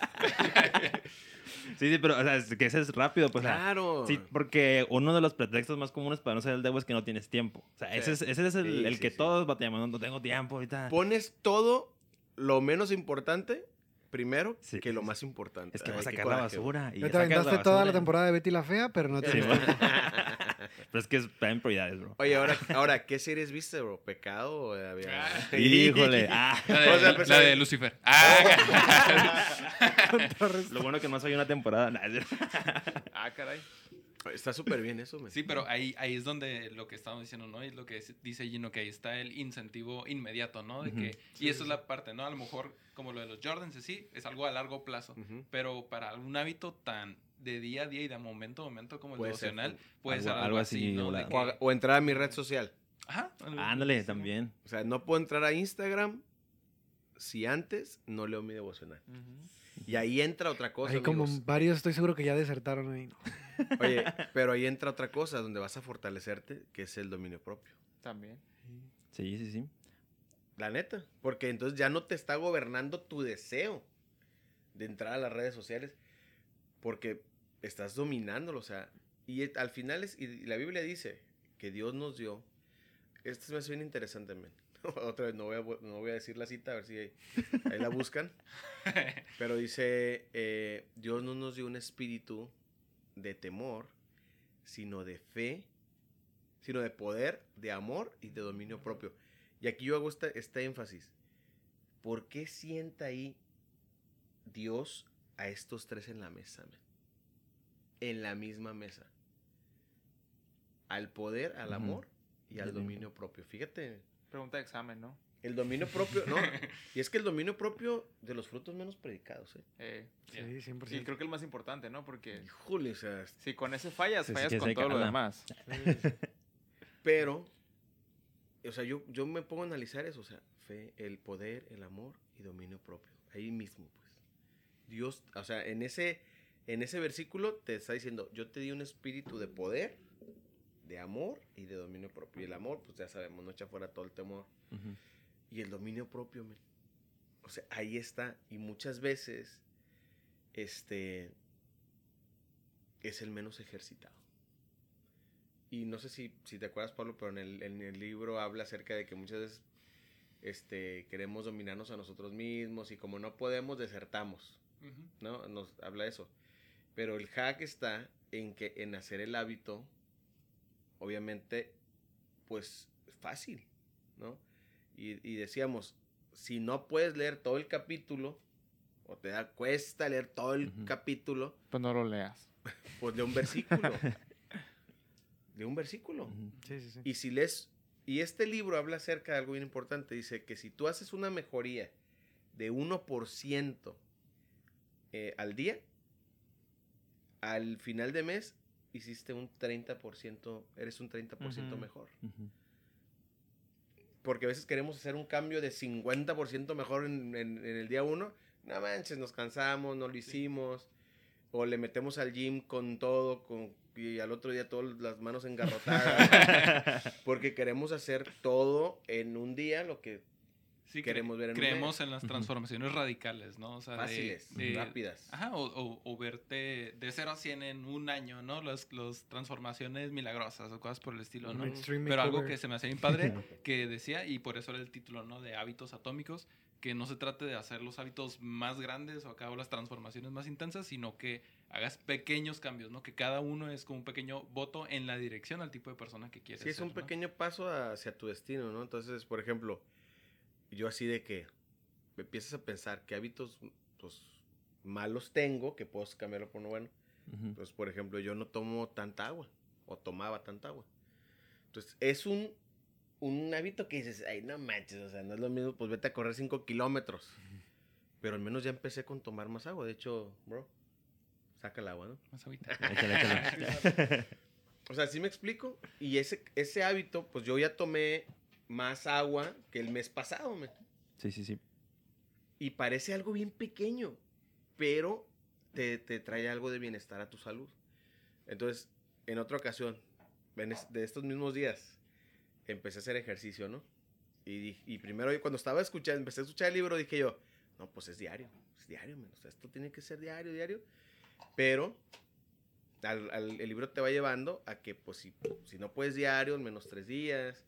Sí, sí, pero, o sea, es que ese es rápido, pues. o sea, Claro. sí, porque uno de los pretextos más comunes para no ser el devo es que no tienes tiempo. O sea, Sí. ese es, ese es el, Sí, el sí, que sí. todos batallamos. No, no tengo tiempo ahorita. Pones todo lo menos importante primero Sí, que lo sí, más importante. Es que Ay, vas a qué sacar la coraje, güey. basura. Y Ya ya te sacas aventaste toda la basura. temporada de Betty la Fea, pero no tienes tiempo. Pero es que es en prioridades, bro. Oye, ahora, ahora, ¿qué series viste, bro? ¿Pecado o había...? Ah. Híjole. Ah. La de, O sea, pues, la ahí- de Lucifer. Ah, Lo bueno que no soy una temporada. Nah, es- Ah, caray. Está súper bien eso, men. sí, pero ahí, ahí es donde lo que estamos diciendo, ¿no? Es lo que es- dice Gino, que ahí está el incentivo inmediato, ¿no? De Ujú. que, y eso es la parte, ¿no? A lo mejor, como lo de los Jordans, sí, es algo a largo plazo. Ujú. Pero para un hábito tan de día a día y de momento a momento como el Puede ser, devocional, pues, puede algo- ser algo, algo así, así, ¿no? De volado. que- O, haga- o entrar a mi red social. Ajá. Ándale, Sí, también. O sea, no puedo entrar a Instagram si antes no leo mi devocional. Y ahí entra otra cosa, Ahí como amigos. varios estoy seguro que ya desertaron ahí. ¿no? Oye, pero ahí entra otra cosa donde vas a fortalecerte, que es el dominio propio. También. Sí, sí, sí. La neta. Porque entonces ya no te está gobernando tu deseo de entrar a las redes sociales. Porque estás dominándolo. O sea, y al final es, y la Biblia dice que Dios nos dio. Esto me hace bien interesante, men. Otra vez, no voy, a, no voy a decir la cita, a ver si ahí, ahí la buscan. Pero dice, eh, Dios no nos dio un espíritu de temor, sino de fe, sino de poder, de amor y de dominio propio. Y aquí yo hago esta, este énfasis. ¿Por qué sienta ahí Dios a estos tres en la mesa, men? En la misma mesa. Al poder, al Ujú. amor y al Del dominio propio. Fíjate, Pregunta de examen, ¿no? el dominio propio, no. Y es que el dominio propio de los frutos menos predicados, ¿eh? Eh, Sí, cien por sí, ciento. creo que el más importante, ¿no? Porque Híjole, o sea, si con ese fallas, Sí, sí, fallas que con se todo lo cala. demás. Sí, sí. pero, o sea, yo, yo me pongo a analizar eso, o sea, fe, el poder, el amor y dominio propio. Ahí mismo, pues. Dios, o sea, en ese, en ese versículo te está diciendo, yo te di un espíritu de poder, de amor y de dominio propio. Y el amor, pues ya sabemos, no echa fuera todo el temor. Ujú. Y el dominio propio, men. O sea, ahí está. Y muchas veces, este, es el menos ejercitado. Y no sé si, si te acuerdas, Pablo, pero en el, en el libro habla acerca de que muchas veces este, queremos dominarnos a nosotros mismos y como no podemos, desertamos, Ujú. ¿no? Nos habla eso. Pero el hack está en que en hacer el hábito, obviamente, pues, fácil, ¿no? Y, y decíamos, si no puedes leer todo el capítulo, o te da cuesta leer todo el Ujú. capítulo, Pues no lo leas. pues de un versículo. De un versículo. Ujú. Sí, sí, sí. Y si lees Y este libro habla acerca de algo bien importante. Dice que si tú haces una mejoría de uno por ciento eh, al día, al final de mes hiciste un treinta por ciento, eres un treinta por ciento Ujú. mejor. Ujú. Porque a veces queremos hacer un cambio de cincuenta por ciento mejor en, en- en el día uno. No manches, nos cansamos, no lo hicimos. O le metemos al gym con todo, con, y al otro día todas las manos engarrotadas. Porque queremos hacer todo en un día, lo que Sí, cre- queremos ver en un creemos mes. en las Ujú. transformaciones radicales, ¿no? O sea, de- Fáciles, de- rápidas. Ajá, o, o- o verte de cero a cien en un año, ¿no? Las las transformaciones milagrosas o cosas por el estilo, ¿no? Ujú. Extreme Pero algo makeover. que se me hacía bien padre, que decía, y por eso era el título, ¿no? De hábitos atómicos, que no se trate de hacer los hábitos más grandes o acá o las transformaciones más intensas, sino que hagas pequeños cambios, ¿no? Que cada uno es como un pequeño voto en la dirección al tipo de persona que quieres Sí, es ser, un ¿no? pequeño paso hacia tu destino, ¿no? Entonces, por ejemplo, yo así de que empiezas a pensar qué hábitos pues, malos tengo, que puedo cambiarlo por uno bueno. Ujú. Pues, por ejemplo, yo no tomo tanta agua, o tomaba tanta agua. Entonces, es un, un hábito que dices, ay, no manches, o sea, no es lo mismo, pues vete a correr cinco kilómetros. Pero al menos ya empecé con tomar más agua. De hecho, bro, saca el agua, ¿no? Más ahorita. Échale, échale. O sea, ¿sí me explico? Y ese, ese hábito, pues yo ya tomé más agua que el mes pasado, me. Sí, sí, sí. Y parece algo bien pequeño, pero te, te trae algo de bienestar a tu salud. Entonces, en otra ocasión, en es- de estos mismos días, empecé a hacer ejercicio, ¿no? Y, di- y primero, cuando estaba escuchando, empecé a escuchar el libro, dije yo, no, pues es diario, es diario, men, o sea, esto tiene que ser diario, diario. Pero al- al- el libro te va llevando a que, pues, si, si no puedes diario, al menos tres días.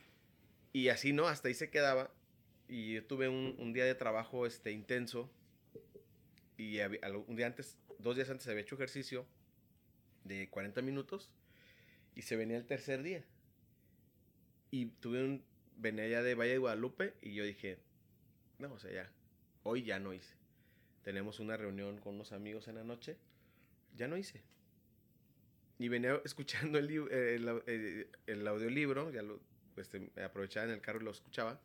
Y así, ¿no? Hasta ahí se quedaba. Y yo tuve un, un día de trabajo este, intenso. Y había- al- un día antes, dos días antes había hecho ejercicio de cuarenta minutos. Y se venía el tercer día. Y tuve un... Venía ya de Valle de Guadalupe. Y yo dije, no, o sea, ya. Hoy ya no hice. Tenemos una reunión con unos amigos en la noche. Ya no hice. Y venía escuchando el, lib- eh, el, au- eh, el audiolibro. Ya lo este, aprovechaba en el carro y lo escuchaba.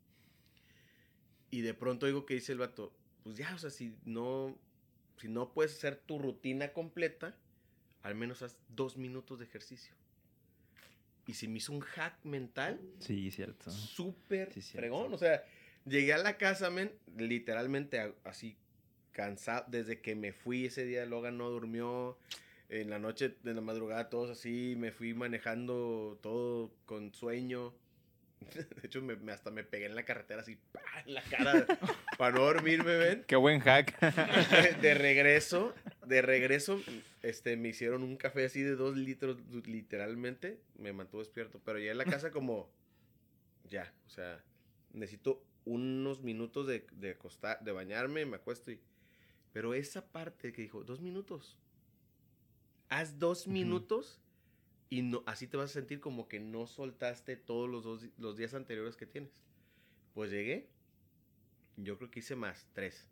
Y de pronto digo que dice el vato, pues ya, o sea, si no, si no puedes hacer tu rutina completa, al menos haz dos minutos de ejercicio. Y se me hizo un hack mental Sí, cierto. súper Sí, cierto. fregón. O sea, llegué a la casa, men, literalmente a- así, cansado. Desde que me fui ese día, Logan no durmió. En la noche, en la madrugada, todos así, me fui manejando todo con sueño. De hecho, me, me- hasta me pegué en la carretera así, ¡pah! En la cara, para no dormirme, ven. Qué buen hack. De, de regreso, de regreso, este, me hicieron un café así de dos litros, literalmente, me mantuvo despierto, pero ya en la casa como, ya, o sea, necesito unos minutos de, de acostar, de bañarme, me acuesto y, pero esa parte que dijo, dos minutos, haz dos Ujú. minutos y no, así te vas a sentir como que no soltaste todos los, dos, los días anteriores que tienes. Pues llegué, yo creo que hice más, tres.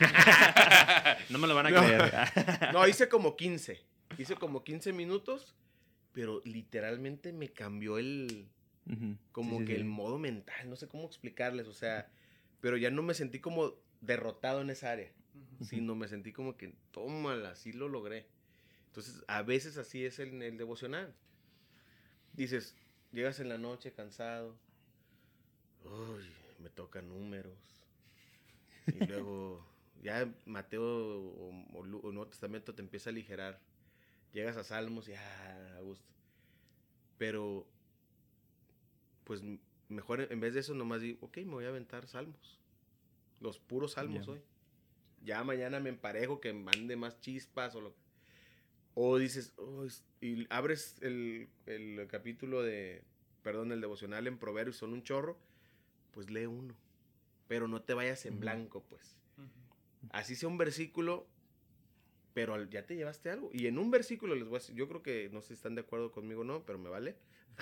No me lo van a No. creer. No, hice como quince. Hice como quince minutos, pero literalmente me cambió el, Ujú. como Sí, sí, que sí. el modo mental, no sé cómo explicarles, o sea, pero ya no me sentí como derrotado en esa área, Ujú. sino me sentí como que, tómala, así lo logré. Entonces, a veces así es el, el devocional. Dices, llegas en la noche cansado, uy, me tocan números, y luego ya Mateo o, o Lu- o Nuevo Testamento te empieza a aligerar. Llegas a Salmos y ah, a gusto. Pero, pues m- mejor en en vez de eso nomás digo, ok, me voy a aventar Salmos. Los puros Salmos Ya. hoy. Ya mañana me emparejo que mande más chispas o lo O dices, "Oh, es-", y abres el, el capítulo de, perdón, el devocional en Proverbios, son un chorro, pues lee uno. Pero no te vayas en Ujú. blanco, pues. Así sea un versículo, pero al- ya te llevaste algo. Y en un versículo les voy a decir, yo creo que no sé si están de acuerdo conmigo o no, pero me vale.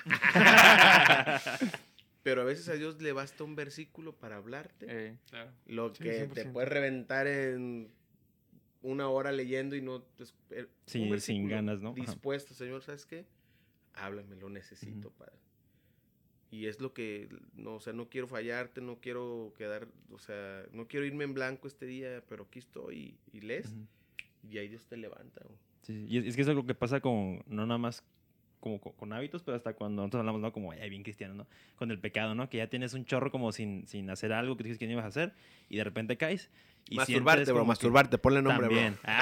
Pero a veces a Dios le basta un versículo para hablarte. Eh, Claro. Lo Sí, que cien por te ciento. puedes reventar en una hora leyendo y no... pues, eh, Sí, un sin versículo ganas, ¿no? Ajá. Dispuesto, Señor, ¿sabes qué? Háblame, lo necesito, Ujú. Padre. y es lo que, no, o sea, no quiero fallarte, no quiero quedar, o sea, no quiero irme en blanco este día, pero aquí estoy y, y lees, Ujú. y ahí Dios te levanta, güey. Sí, y es, es que eso es lo que pasa con, no nada más como con, con hábitos, pero hasta cuando nosotros hablamos, ¿no? Como ay, bien cristiano, ¿no? Con el pecado, ¿no? Que ya tienes un chorro como sin, sin hacer algo que dices que no ibas a hacer y de repente caes. Y Masturbarte, sientes bro, como que- masturbarte, ponle nombre, También. bro.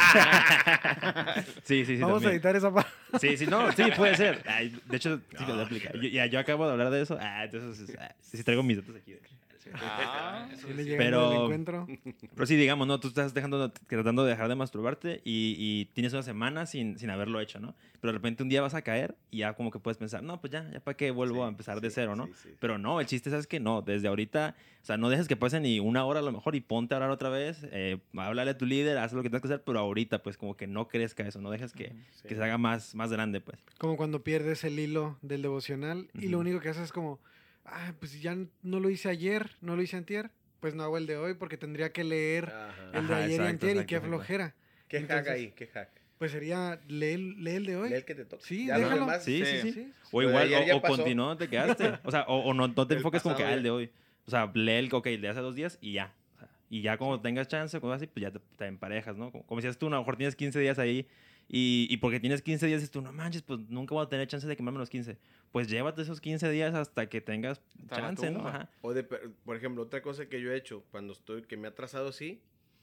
sí, sí, sí. Vamos a también. editar esa parte. Sí, sí, no, sí, puede ser. Ay, de hecho, sí que lo aplica. Yo, ya, yo acabo de hablar de eso. Ah, entonces, ah, sí, sí traigo mis datos aquí. Ah, Eso Viene sí. llegando Pero- del encuentro. Pero sí, digamos, ¿no? Tú estás dejando, tratando de dejar de masturbarte y, y tienes una semana sin, sin haberlo hecho, ¿no? Pero de repente un día vas a caer y ya como que puedes pensar, no, pues ya, ya para qué vuelvo Sí, a empezar de sí, cero, ¿no? sí, sí. Pero no, el chiste es que no, desde ahorita, o sea, no dejes que pase ni una hora a lo mejor y ponte a orar otra vez, eh, háblale a tu líder, haz lo que tengas que hacer, pero ahorita pues como que no crezca eso, no dejes que, Sí. que se haga más, más grande, pues. Como cuando pierdes el hilo del devocional y lo Ujú. único que haces es como, ah, pues ya no lo hice ayer, no lo hice antier, pues no hago el de hoy porque tendría que leer Ajá. el de Ajá, ayer y exacto, antier y exacto, qué exacto. flojera. ¿Qué hack Entonces- ahí? ¿Qué hack? Pues sería, lee, el- lee el de hoy. Lee el que te toca. Sí, Ya los déjalo. demás, Sí, sí, Sí. sí. Sí. O Lo de igual, ayer o, ya o pasó. continúa donde te quedaste. O sea, o, o no, no te El enfoques como que, pasado ah, el ya. de hoy. O sea, lee el, ok, el de hace dos días y ya. O sea, y ya cuando tengas chance, cosas así, pues ya te, te emparejas, ¿no? Como, como decías tú, a lo mejor tienes quince días ahí y, y porque tienes quince días dices tú, no manches, pues nunca voy a tener chance de quemarme los quince. Pues llévate esos quince días hasta que tengas Hasta la chance, ¿no? tumba. Ajá. O de, per- por ejemplo, otra cosa que yo he hecho cuando estoy, que me ha atrasado así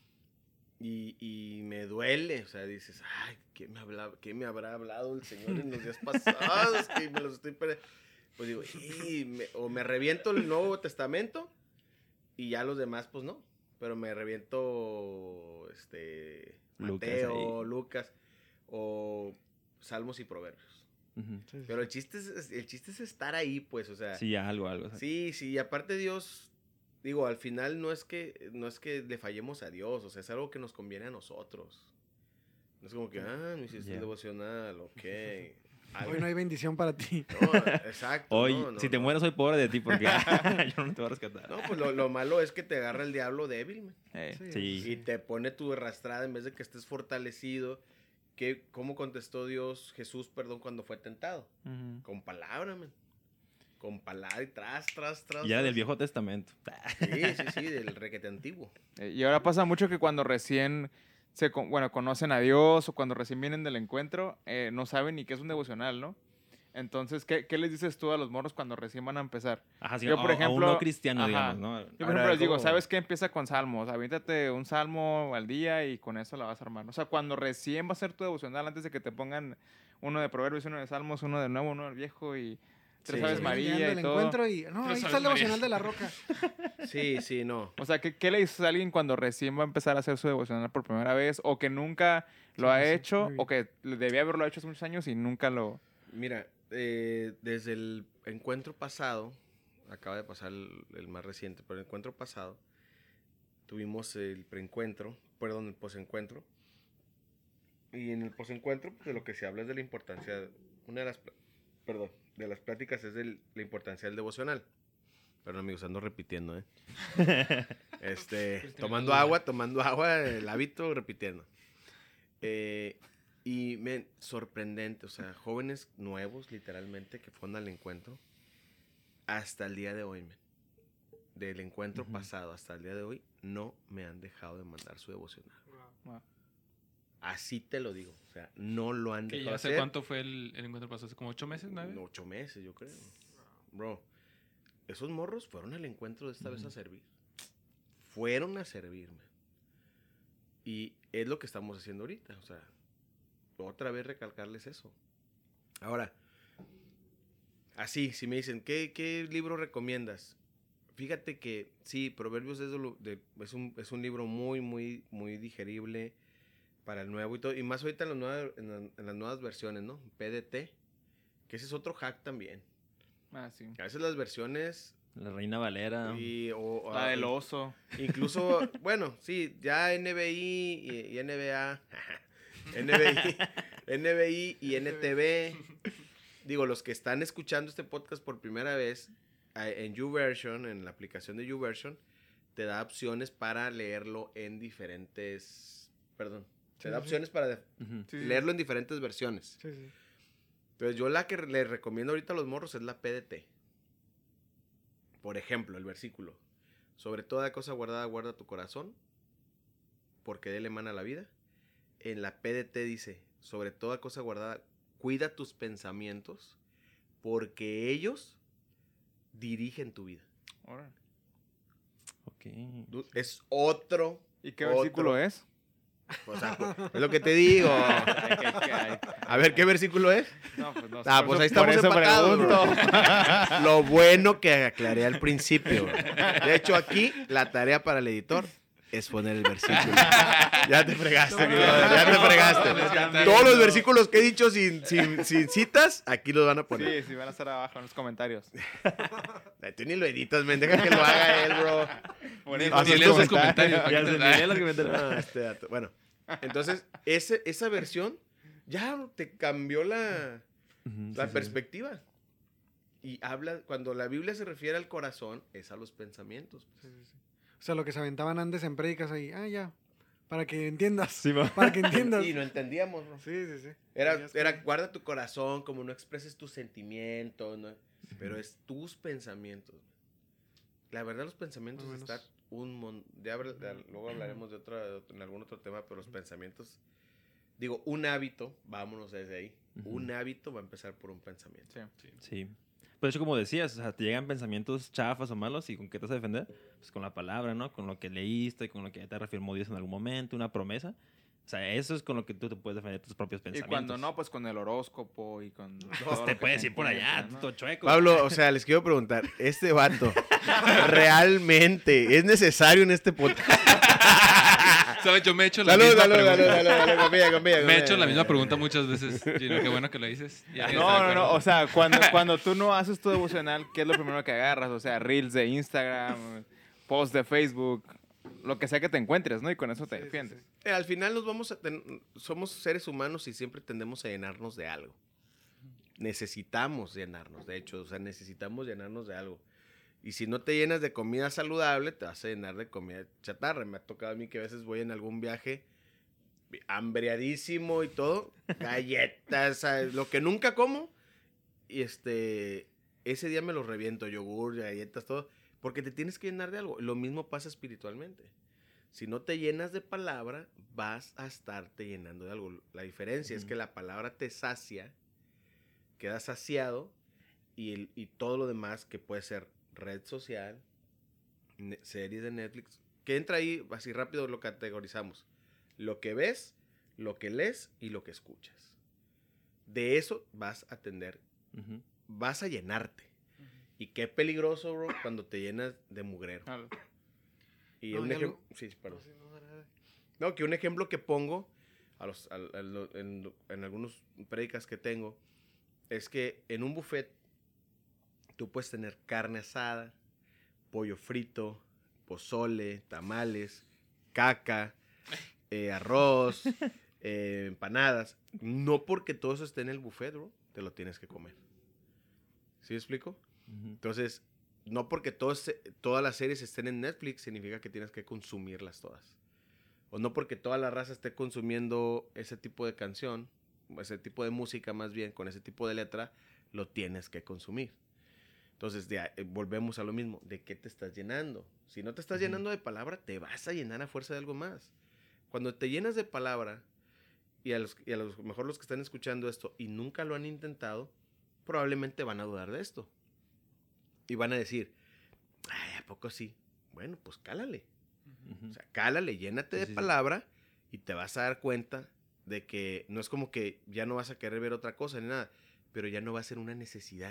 y, y me duele, o sea, dices, ay, ¿qué me, habla, ¿qué me habrá hablado el Señor en los días pasados? Que me los estoy per- Pues digo, y me- o me reviento el Nuevo Testamento y ya los demás, pues no. Pero me reviento, este, Lucas Mateo, ahí. Lucas, o Salmos y Proverbios. Ujú. Sí, sí. Pero el chiste es, el chiste es estar ahí, pues, o sea. Sí, algo, algo. o sea. Sí, sí, y aparte Dios, digo, al final no es que no es que le fallemos a Dios, o sea, es algo que nos conviene a nosotros. No es como que, ah, me hiciste Ya. el devocional, ok. Algo- Hoy no hay bendición para ti. No, exacto. Hoy, no, no, si te no. mueres, soy pobre de ti porque yo no te voy a rescatar. No, pues lo, lo malo es que te agarra el diablo débil, man, eh, Sí. y te pone tu arrastrada en vez de que estés fortalecido. ¿Qué, ¿Cómo contestó Dios, Jesús, perdón, cuando fue tentado? ujú. Con palabra, man. Con palabra y tras, tras, tras. Y era del tras. Viejo Testamento. Sí, sí, sí, del requete antiguo. Eh, Y ahora pasa mucho que cuando recién se, con- bueno, conocen a Dios o cuando recién vienen del encuentro, eh, no saben ni qué es un devocional, ¿no? Entonces, ¿qué, qué les dices tú a los morros cuando recién van a empezar? Ajá, sí, Yo, a- por a un ejemplo, no cristiano, ajá. digamos, ¿no? Yo, por Ahora, ejemplo, les digo, ¿cómo? ¿sabes qué? Empieza con salmos. Aviéntate un salmo al día y con eso la vas a armar. O sea, cuando recién va a ser tu devocional, antes de que te pongan uno de proverbios, uno de salmos, uno del nuevo, uno del viejo y tres Sí. aves Sí, María Llegando y del todo. encuentro y, no, Tres ahí está Aves el devocional Marías. de la roca. Sí, sí, no. O sea, ¿qué, ¿qué le dices a alguien cuando recién va a empezar a hacer su devocional por primera vez? O que nunca lo Sí, ha sí, hecho, muy bien. o que debía haberlo hecho hace muchos años y nunca lo... Mira, eh, desde el encuentro pasado, acaba de pasar el, el más reciente, pero el encuentro pasado, tuvimos el preencuentro, perdón, el posencuentro. Y en el posencuentro, pues, de lo que se habla es de la importancia, una de las, pl- perdón, de las pláticas es de la importancia del devocional. Perdón, amigos, ando repitiendo, ¿eh? Este, Pues, tomando duda. agua, tomando agua, el hábito, repitiendo. Eh, y me sorprendente, o sea, jóvenes nuevos, literalmente, que fueron al encuentro, hasta el día de hoy, men, del encuentro Ujú. pasado hasta el día de hoy, no me han dejado de mandar su devocional. Wow. Así te lo digo, o sea, no lo han Que dejado ya sé hacer. cuánto fue el, el encuentro pasado, hace como ocho meses, nueve. No, Ocho meses, yo creo. Bro, esos morros fueron al encuentro de esta vez a Ujú. servir. Fueron a servirme. Y es lo que estamos haciendo ahorita. O sea, otra vez recalcarles eso. Ahora, así, si me dicen, ¿qué, qué libro recomiendas? Fíjate que sí, Proverbios es, de lo- de- es, un, es un libro muy, muy, muy digerible para el nuevo y todo. Y más ahorita en, las nuevas- en la- en las nuevas versiones, ¿no? P D T, que ese es otro hack también. Ah, sí. A veces las versiones La Reina Valera. y, o, o- La del oso. incluso, bueno, sí, ya N B I y, y N B A, N B I, N B I y N T V, digo, los que están escuchando este podcast por primera vez, a- en YouVersion, en la aplicación de YouVersion, te da opciones para leerlo en diferentes, perdón, te Sí, da sí. opciones para de- Ujú. Sí, sí. leerlo en diferentes versiones. Sí, sí. Entonces yo la que les recomiendo ahorita a los morros es la P D T. Por ejemplo, el versículo. Sobre toda cosa guardada, guarda tu corazón, porque de él emana la vida. En la P D T dice, sobre toda cosa guardada, cuida tus pensamientos, porque ellos dirigen tu vida. Órale. Ok. Es otro. ¿Y qué otro- versículo es? O sea, es lo que te digo. A ver, ¿qué versículo es? No, pues no. Ah, por pues eso- ahí estamos por eso empatados, pregunto. bro. Lo bueno que aclaré al principio. Bro. De hecho, aquí la tarea para el editor es poner el versículo. Ya te fregaste, No, bro, ya te no, fregaste. no, no, Todos los no. versículos que he dicho sin, sin, sin citas, aquí los van a poner. Sí, sí, van a estar abajo en los comentarios. Ay, tú ni lo editas, men, deja que lo haga él, bro. Por Ni- eso Así Ni es leo como- sus comentarios. Ya se me lee los comentarios. Ah, este dato. Bueno, entonces, ese, esa versión ya te cambió la, Ujú, la sí, sí. perspectiva. Y habla, cuando la Biblia se refiere al corazón, es a los pensamientos. Sí, sí, sí. O sea, lo que se aventaban antes en prédicas ahí. Ah, ya. Para que entiendas. Sí, va. Para que entiendas. Y no entendíamos, ¿no? Sí, sí, sí. Era, Tenías que- era guarda tu corazón, como no expreses tus sentimientos, ¿no? Pero es tus pensamientos. La verdad, los pensamientos Más o menos. están un mon- ya habl- ya luego hablaremos de otra, de otro- en algún otro tema, pero los pensamientos, digo, un hábito, vámonos desde ahí. Ujú. Un hábito va a empezar por un pensamiento. Sí. Sí. Pues de hecho, como decías, o sea, te llegan pensamientos chafas o malos y ¿con qué te vas a defender? Pues con la palabra, ¿no? Con lo que leíste, con lo que te reafirmó Dios en algún momento, una promesa. O sea, eso es con lo que tú te puedes defender tus propios Y pensamientos. cuando no, pues con el horóscopo y con. todo Pues lo te que puedes ir por allá, encuentras, ¿no? todo chueco. Pablo, o sea, les quiero preguntar, este vato, ¿realmente es necesario en este podcast? ¿Sabes? Yo me he hecho la Salud, misma salud, pregunta. salud, salud, salud, comida, comida, Me he comida. hecho la misma pregunta muchas veces. Gino, qué bueno que lo dices. Ya estoy de No, no, no. acuerdo. O sea, cuando, cuando tú no haces tu devocional, ¿qué es lo primero que agarras? O sea, reels de Instagram, posts de Facebook, lo que sea que te encuentres, ¿no? Y con eso te Sí, sí, defiendes. Eh, al final nos vamos a ten- somos seres humanos y siempre tendemos a llenarnos de algo. Necesitamos llenarnos, de hecho, o sea, necesitamos llenarnos de algo. Y si no te llenas de comida saludable, te vas a llenar de comida chatarra. Me ha tocado a mí que a veces voy en algún viaje hambriadísimo y todo, galletas, ¿sabes? Lo que nunca como, y este, ese día me lo reviento, yogur, galletas, todo, porque te tienes que llenar de algo. Lo mismo pasa espiritualmente. Si no te llenas de palabra, vas a estarte llenando de algo. La diferencia es Ujú. que la palabra te sacia, quedas saciado, y, el- y todo lo demás que puede ser red social, ne- series de Netflix, que entra ahí, así rápido lo categorizamos. Lo que ves, lo que lees y lo que escuchas. De eso vas a atender, Ujú. vas a llenarte. Y qué peligroso, bro, cuando te llenas de mugrero. Ah, Y No, un ya ejemplo, lo- sí, perdón. No, sí, no, nada. No, que un ejemplo que pongo a los, al- a lo- en, en algunos prédicas que tengo es que en un buffet tú puedes tener carne asada, pollo frito, pozole, tamales, caca, eh, arroz, eh, empanadas. No porque todo eso esté en el buffet, bro, te lo tienes que comer. ¿Sí me explico? Ujú. Entonces, no porque todos, todas las series estén en Netflix significa que tienes que consumirlas todas. O no porque toda la raza esté consumiendo ese tipo de canción, ese tipo de música más bien, con ese tipo de letra, lo tienes que consumir. Entonces, de ahí, eh, volvemos a lo mismo. ¿De qué te estás llenando? Si no te estás Ujú. llenando de palabra, te vas a llenar a fuerza de algo más. Cuando te llenas de palabra, y a, los, y a lo mejor los que están escuchando esto y nunca lo han intentado, probablemente van a dudar de esto. Y van a decir, ay, ¿a poco sí? Bueno, pues cálale. Ujú. O sea, cálale, llénate Sí, de sí, sí. palabra y te vas a dar cuenta de que no es como que ya no vas a querer ver otra cosa ni nada, pero ya no va a ser una necesidad.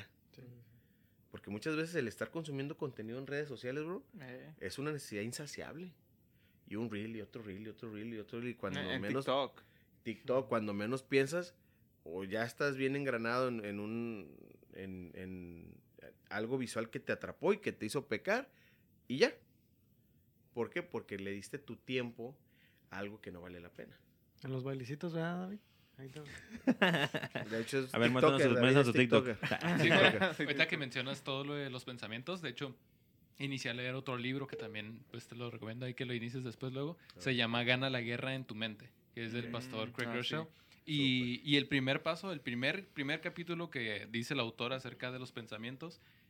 Porque muchas veces el estar consumiendo contenido en redes sociales, bro, Eh, es una necesidad insaciable. Y un reel, y otro reel, y otro reel, y otro reel. Y cuando en menos TikTok. TikTok, cuando menos piensas, o ya estás bien engranado en, en un en, en algo visual que te atrapó y que te hizo pecar, y ya. ¿Por qué? Porque le diste tu tiempo a algo que no vale la pena. En los bailecitos, ¿verdad, David? Ahí está. De hecho, es A ver, muéstranos TikToker, tu- David muéstranos es tu TikTok. TikToker. Sí, TikToker. pero ahorita que mencionas todo lo de los pensamientos, de hecho, inicié a leer otro libro que también pues, te lo recomiendo ahí que lo inicies después luego. Se llama Gana la guerra en tu mente, que es del pastor Craig ah, sí. Rochelle. Y, y el primer paso, el primer, primer capítulo que dice el autor acerca de los pensamientos,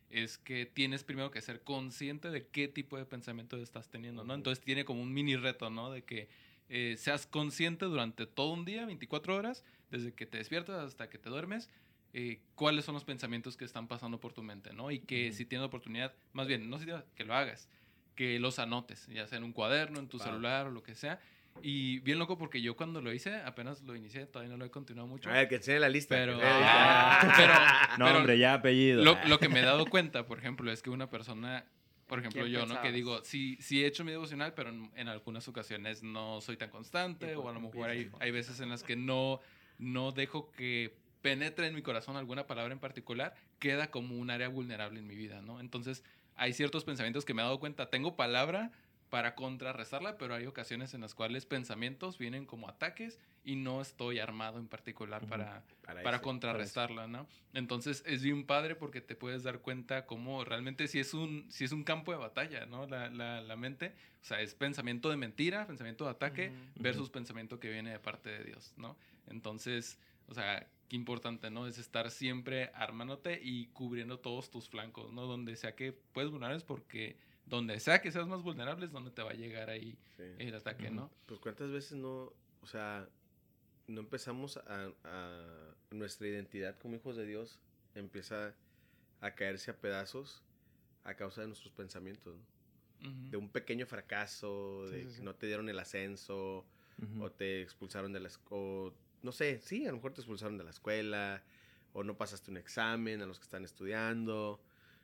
es que tienes primero que ser consciente de qué tipo de pensamiento estás teniendo, ¿no? Entonces tiene como un mini reto, ¿no? De que eh, seas consciente durante todo un día, veinticuatro horas, desde que te despiertas hasta que te duermes, eh, cuáles son los pensamientos que están pasando por tu mente, ¿no? Y que uh-huh. si tienes oportunidad, más bien, no si tienes, que lo hagas, que los anotes, ya sea en un cuaderno, en tu wow. celular o lo que sea. Y bien loco porque yo cuando lo hice, apenas lo inicié, todavía no lo he continuado mucho. A ver, que enseñe la lista. Pero, ah, pero, no, pero hombre, ya apellido. Lo, lo que me he dado cuenta, por ejemplo, es que una persona, por ejemplo yo, pensabas? ¿no? Que digo, sí, sí he hecho mi devocional, pero en, en algunas ocasiones no soy tan constante o a lo mejor hay, hay veces en las que no, no dejo que penetre en mi corazón alguna palabra en particular, queda como un área vulnerable en mi vida, ¿no? Entonces hay ciertos pensamientos que me he dado cuenta, tengo palabra para contrarrestarla, pero hay ocasiones en las cuales pensamientos vienen como ataques y no estoy armado en particular uh-huh. para, para, para ese, contrarrestarla, para ¿no? Entonces es bien padre porque te puedes dar cuenta cómo realmente si es un, si es un campo de batalla, ¿no? La, la, la mente, o sea, es pensamiento de mentira, pensamiento de ataque uh-huh. versus uh-huh. pensamiento que viene de parte de Dios, ¿no? Entonces, o sea, qué importante, ¿no? Es estar siempre armándote y cubriendo todos tus flancos, ¿no? Donde sea que puedes vulnerables porque donde sea que seas más vulnerable es donde te va a llegar ahí sí. el ataque, ¿no? Pues cuántas veces no, o sea, no empezamos a, a nuestra identidad como hijos de Dios empieza a caerse a pedazos a causa de nuestros pensamientos, ¿no? Uh-huh. De un pequeño fracaso, de sí, sí, sí. que no te dieron el ascenso, uh-huh. o te expulsaron de la escuela, no sé, sí, a lo mejor te expulsaron de la escuela, o no pasaste un examen a los que están estudiando,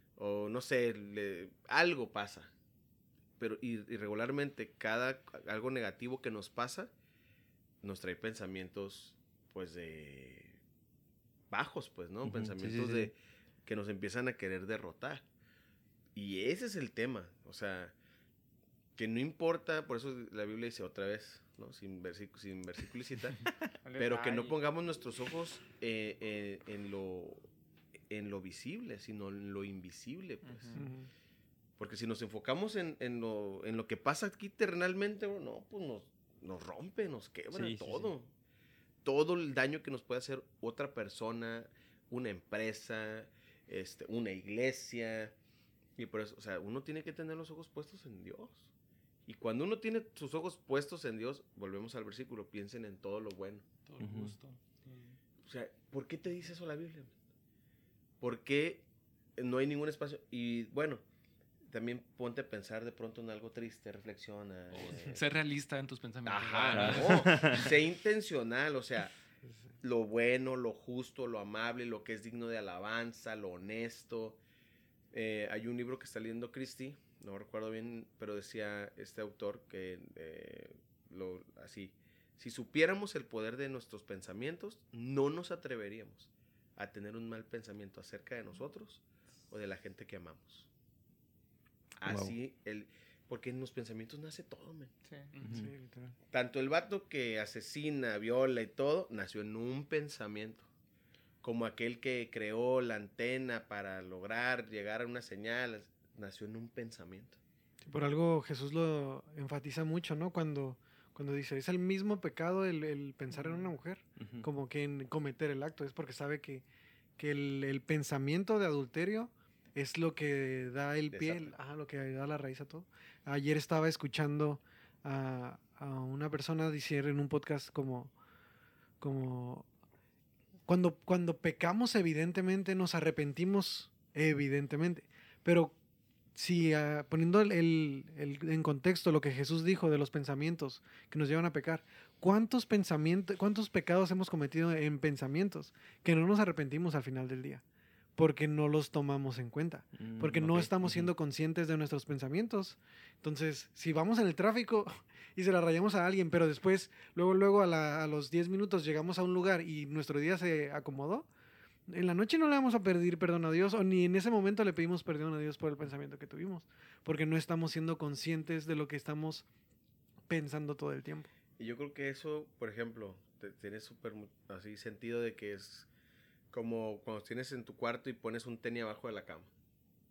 o no sé, le, algo pasa, pero irregularmente cada algo negativo que nos pasa nos trae pensamientos pues de bajos, pues, ¿no? Uh-huh, pensamientos sí, sí, de sí. que nos empiezan a querer derrotar. Y ese es el tema, o sea, que no importa, por eso la Biblia dice otra vez, ¿no? Sin versículo, sin versículo y cita, pero que no pongamos nuestros ojos eh, eh, en lo en lo visible, sino en lo invisible, pues. Uh-huh. Porque si nos enfocamos en, en, lo, en lo que pasa aquí terrenalmente, no, pues nos, nos rompe, nos quebra sí, todo. Sí, sí. Todo el daño que nos puede hacer otra persona, una empresa, este, una iglesia. Y por eso, o sea, uno tiene que tener los ojos puestos en Dios. Y cuando uno tiene sus ojos puestos en Dios, volvemos al versículo, piensen en todo lo bueno. Todo lo justo. Uh-huh. O sea, ¿por qué te dice eso la Biblia? ¿Por qué no hay ningún espacio? Y bueno, también ponte a pensar de pronto en algo triste, reflexiona. Eh. Sé realista en tus pensamientos. Ajá, no. Sé intencional, o sea, lo bueno, lo justo, lo amable, lo que es digno de alabanza, lo honesto. Eh, hay un libro que está leyendo Christy, no recuerdo bien, pero decía este autor que, eh, lo, así, si supiéramos el poder de nuestros pensamientos, no nos atreveríamos a tener un mal pensamiento acerca de nosotros o de la gente que amamos. Así, wow. el, porque en los pensamientos nace todo, man. Sí. Uh-huh. Sí, literal. Tanto el vato que asesina, viola y todo, nació en un pensamiento. Como aquel que creó la antena para lograr llegar a una señal, nació en un pensamiento. Sí, por algo Jesús lo enfatiza mucho, ¿no? Cuando... Cuando dice, es el mismo pecado el, el pensar en una mujer, uh-huh. como que en cometer el acto. Es porque sabe que, que el, el pensamiento de adulterio es lo que da el pie, ajá, lo que da la raíz a todo. Ayer estaba escuchando a, a una persona decir en un podcast como, como cuando, cuando pecamos evidentemente nos arrepentimos evidentemente, pero si uh, poniendo el, el, el, en contexto lo que Jesús dijo de los pensamientos que nos llevan a pecar, ¿cuántos pensamientos, cuántos pecados hemos cometido en pensamientos que no nos arrepentimos al final del día? Porque no los tomamos en cuenta, mm, porque okay. no estamos siendo uh-huh. conscientes de nuestros pensamientos. Entonces, si vamos en el tráfico y se la rayamos a alguien, pero después, luego, luego a, la, a los diez minutos llegamos a un lugar y nuestro día se acomodó, en la noche no le vamos a pedir perdón a Dios, o ni en ese momento le pedimos perdón a Dios por el pensamiento que tuvimos, porque no estamos siendo conscientes de lo que estamos pensando todo el tiempo. Y yo creo que eso, por ejemplo, te, tiene súper así sentido de que es como cuando tienes en tu cuarto y pones un tenis abajo de la cama.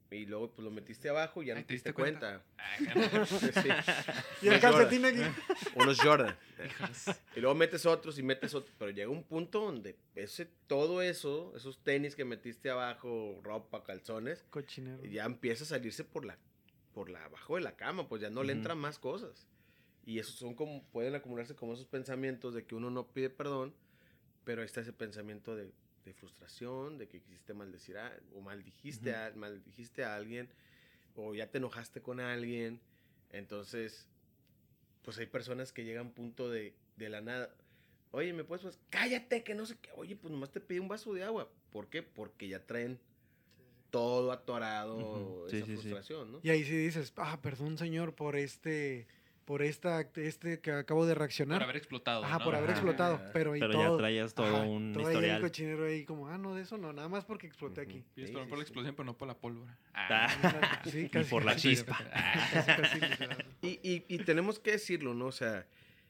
y luego pues lo metiste abajo y ya Ay, no ¿te te diste diste cuenta. cuenta? Sí. Y el Unos calcetín Jordan. aquí. Unos Jordan. Hijos. Y luego metes otros y metes otros. Pero llega un punto donde ese, todo eso, esos tenis que metiste abajo, ropa, calzones, Cochinero. ya empieza a salirse por la, por la abajo de la cama, pues ya no le Ujú. entran más cosas. Y esos son como, pueden acumularse como esos pensamientos de que uno no pide perdón, pero ahí está ese pensamiento de, de frustración, de que quisiste maldecir a, o maldijiste, Ujú. a, maldijiste a alguien, o ya te enojaste con alguien. Entonces, pues hay personas que llegan a un punto de, de la nada. Oye, ¿me puedes? Pues, cállate, que no sé qué. Oye, pues nomás te pedí un vaso de agua. ¿Por qué? Porque ya traen todo atorado, Ujú. Sí, esa sí, sí. frustración, ¿no? Y ahí sí dices, ah, perdón, señor, por este, por esta, este que acabo de reaccionar. Por haber explotado. Ajá, ¿no? por haber Ajá. explotado. Pero, y Pero todo, ya traías todo ajá, un todo ahí el historial. cochinero ahí como, ah, no, de eso no, nada más porque exploté aquí. Ujú. Pides Sí, perdón sí, por la sí. explosión, pero no por la pólvora. Ah. Sí, Y casi. por la casi, chispa. casi, casi, literal. Y, y, y tenemos que decirlo, ¿no? O sea,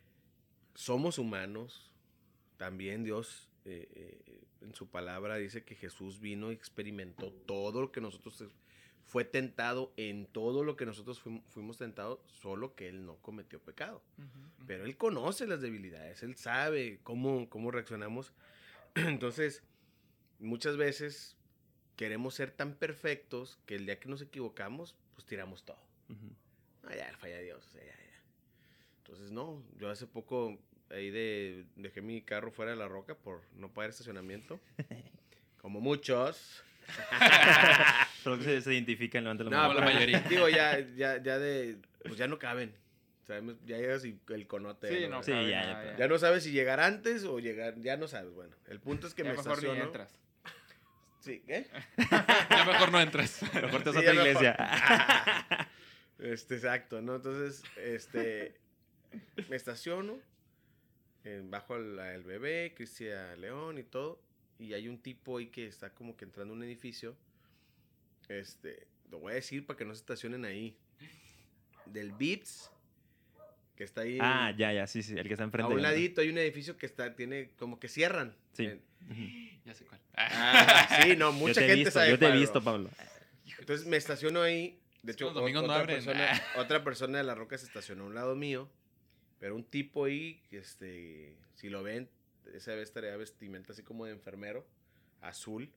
somos humanos. También Dios, eh, eh, en su palabra, dice que Jesús vino y experimentó todo lo que nosotros... Fue tentado en todo lo que nosotros fuimos, fuimos tentados, solo que Él no cometió pecado. Pero Él conoce las debilidades, Él sabe cómo, cómo reaccionamos. Entonces, muchas veces queremos ser tan perfectos que el día que nos equivocamos, pues tiramos todo. Ujú. Ah, ya, falla Dios, o sea, ya, ya. Entonces, no, yo hace poco ahí de, dejé mi carro fuera de la roca por no pagar estacionamiento. Como muchos. Solo que se, se identifican, levanten la No, mano. Como la pero mayoría. digo, ya, ya, ya de, pues ya no caben. ¿Sabes? Ya llegas y el conote. Sí, ya no, Sí, cabe ya, nada, ya, Ya no sabes si llegar antes o llegar, ya no sabes. Bueno, el punto es que Ya me mejor ni estaciono. entras. Sí, ¿qué? Ya mejor no entras. Mejor te vas Sí, a ya otra mejor. iglesia. Este, exacto, ¿no? Entonces, este, me estaciono, eh, bajo el, el bebé, Cristian León y todo, y hay un tipo ahí que está como que entrando a un edificio, este, lo voy a decir para que no se estacionen ahí, del Vips, que está ahí, Ah, ya, ya, sí, sí. El que está a enfrente. un de- ladito hay un edificio que está, tiene, como que cierran. Sí. Eh, Ujú. Ya sé cuál. Ah, sí, no, mucha yo te he gente visto, sabe yo te he cuál, visto, bro. Pablo. Entonces me estaciono ahí. De Es que hecho, los domingos ot- no otra, abren. persona, otra persona de la roca se estacionó a un lado mío. Pero un tipo ahí, este, si lo ven, esa vez traía vestimenta así como de enfermero, azul.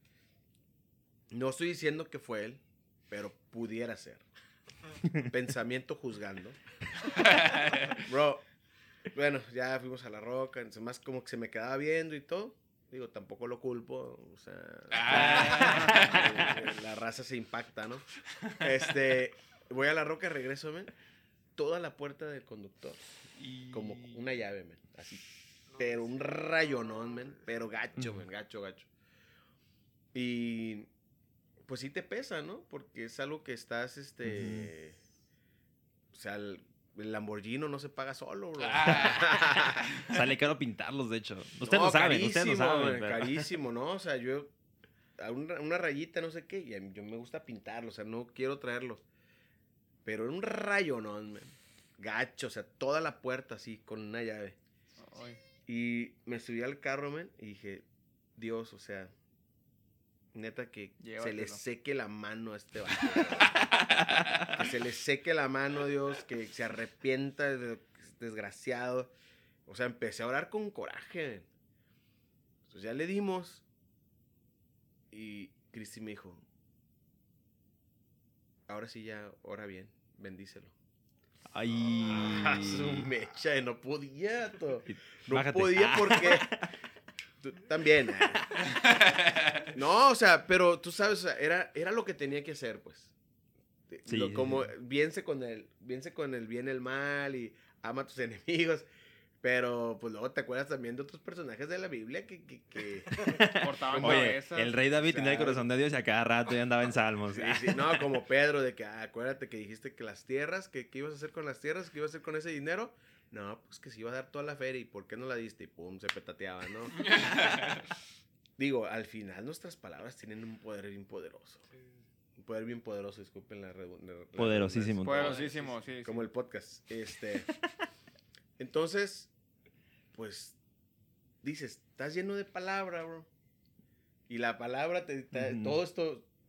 No estoy diciendo que fue él, pero pudiera ser. Pensamiento juzgando. Bro, bueno, ya fuimos a la roca, entonces más como que se me quedaba viendo y todo. Digo, tampoco lo culpo, o sea, Ah. eh, la raza se impacta, ¿no? Este, voy a la roca, regreso, men, toda la puerta del conductor, Y- como una llave, men, así, pero un rayonón, men, pero gacho, men, gacho, gacho. Y, pues sí te pesa, ¿no? Porque es algo que estás, este, o sea, el, el Lamborghini no se paga solo, bro. Ah. Sale caro pintarlos, de hecho. Ustedes No, lo saben, ustedes lo carísimo, saben. güey, pero- carísimo, ¿no? O sea, yo, a una, una rayita, no sé qué, y a mí- yo me gusta pintarlo, o sea, no quiero traerlo. Pero era un rayo, ¿no? Man? Gacho, o sea, toda la puerta así, con una llave. Ay. Y me subí al carro, man, y dije, Dios, o sea, neta que se le Llévatelo. seque la mano a este vato. Que se le seque la mano, Dios, que se arrepienta, de- desgraciado. O sea, empecé a orar con coraje. Entonces ya le dimos. Y Cristi me dijo, ahora sí ya, ora bien, bendícelo. Ay. Ah, su mecha, y no podía, to. No Bájate. podía Ah. porque... Tú también. eh. No, o sea, pero tú sabes, o sea, era, era lo que tenía que hacer, pues. Sí, Lo- sí, como sí. biense con el, biense con el bien, el mal y ama a tus enemigos. Pero pues luego te acuerdas también de otros personajes de la Biblia que, que, que- Cortaban Oye, cabezas. el rey David tenía el Claro. corazón de Dios y a cada rato ya andaba en salmos. sí, sí, no, como Pedro, de que ah, acuérdate que dijiste que las tierras, que qué ibas a hacer con las tierras, qué ibas a hacer con ese dinero. No, pues que se iba a dar toda la feria y ¿por qué no la diste? Y pum, se petateaba, ¿no? Digo, al final nuestras palabras tienen un poder bien poderoso. Un poder bien poderoso, disculpen la redundancia. Poderosísimo. Poderosísimo, sí. sí. Como el podcast. Este. Entonces, pues, dices, estás lleno de palabra, bro. Y la palabra, te, te- Ujú. todo esto,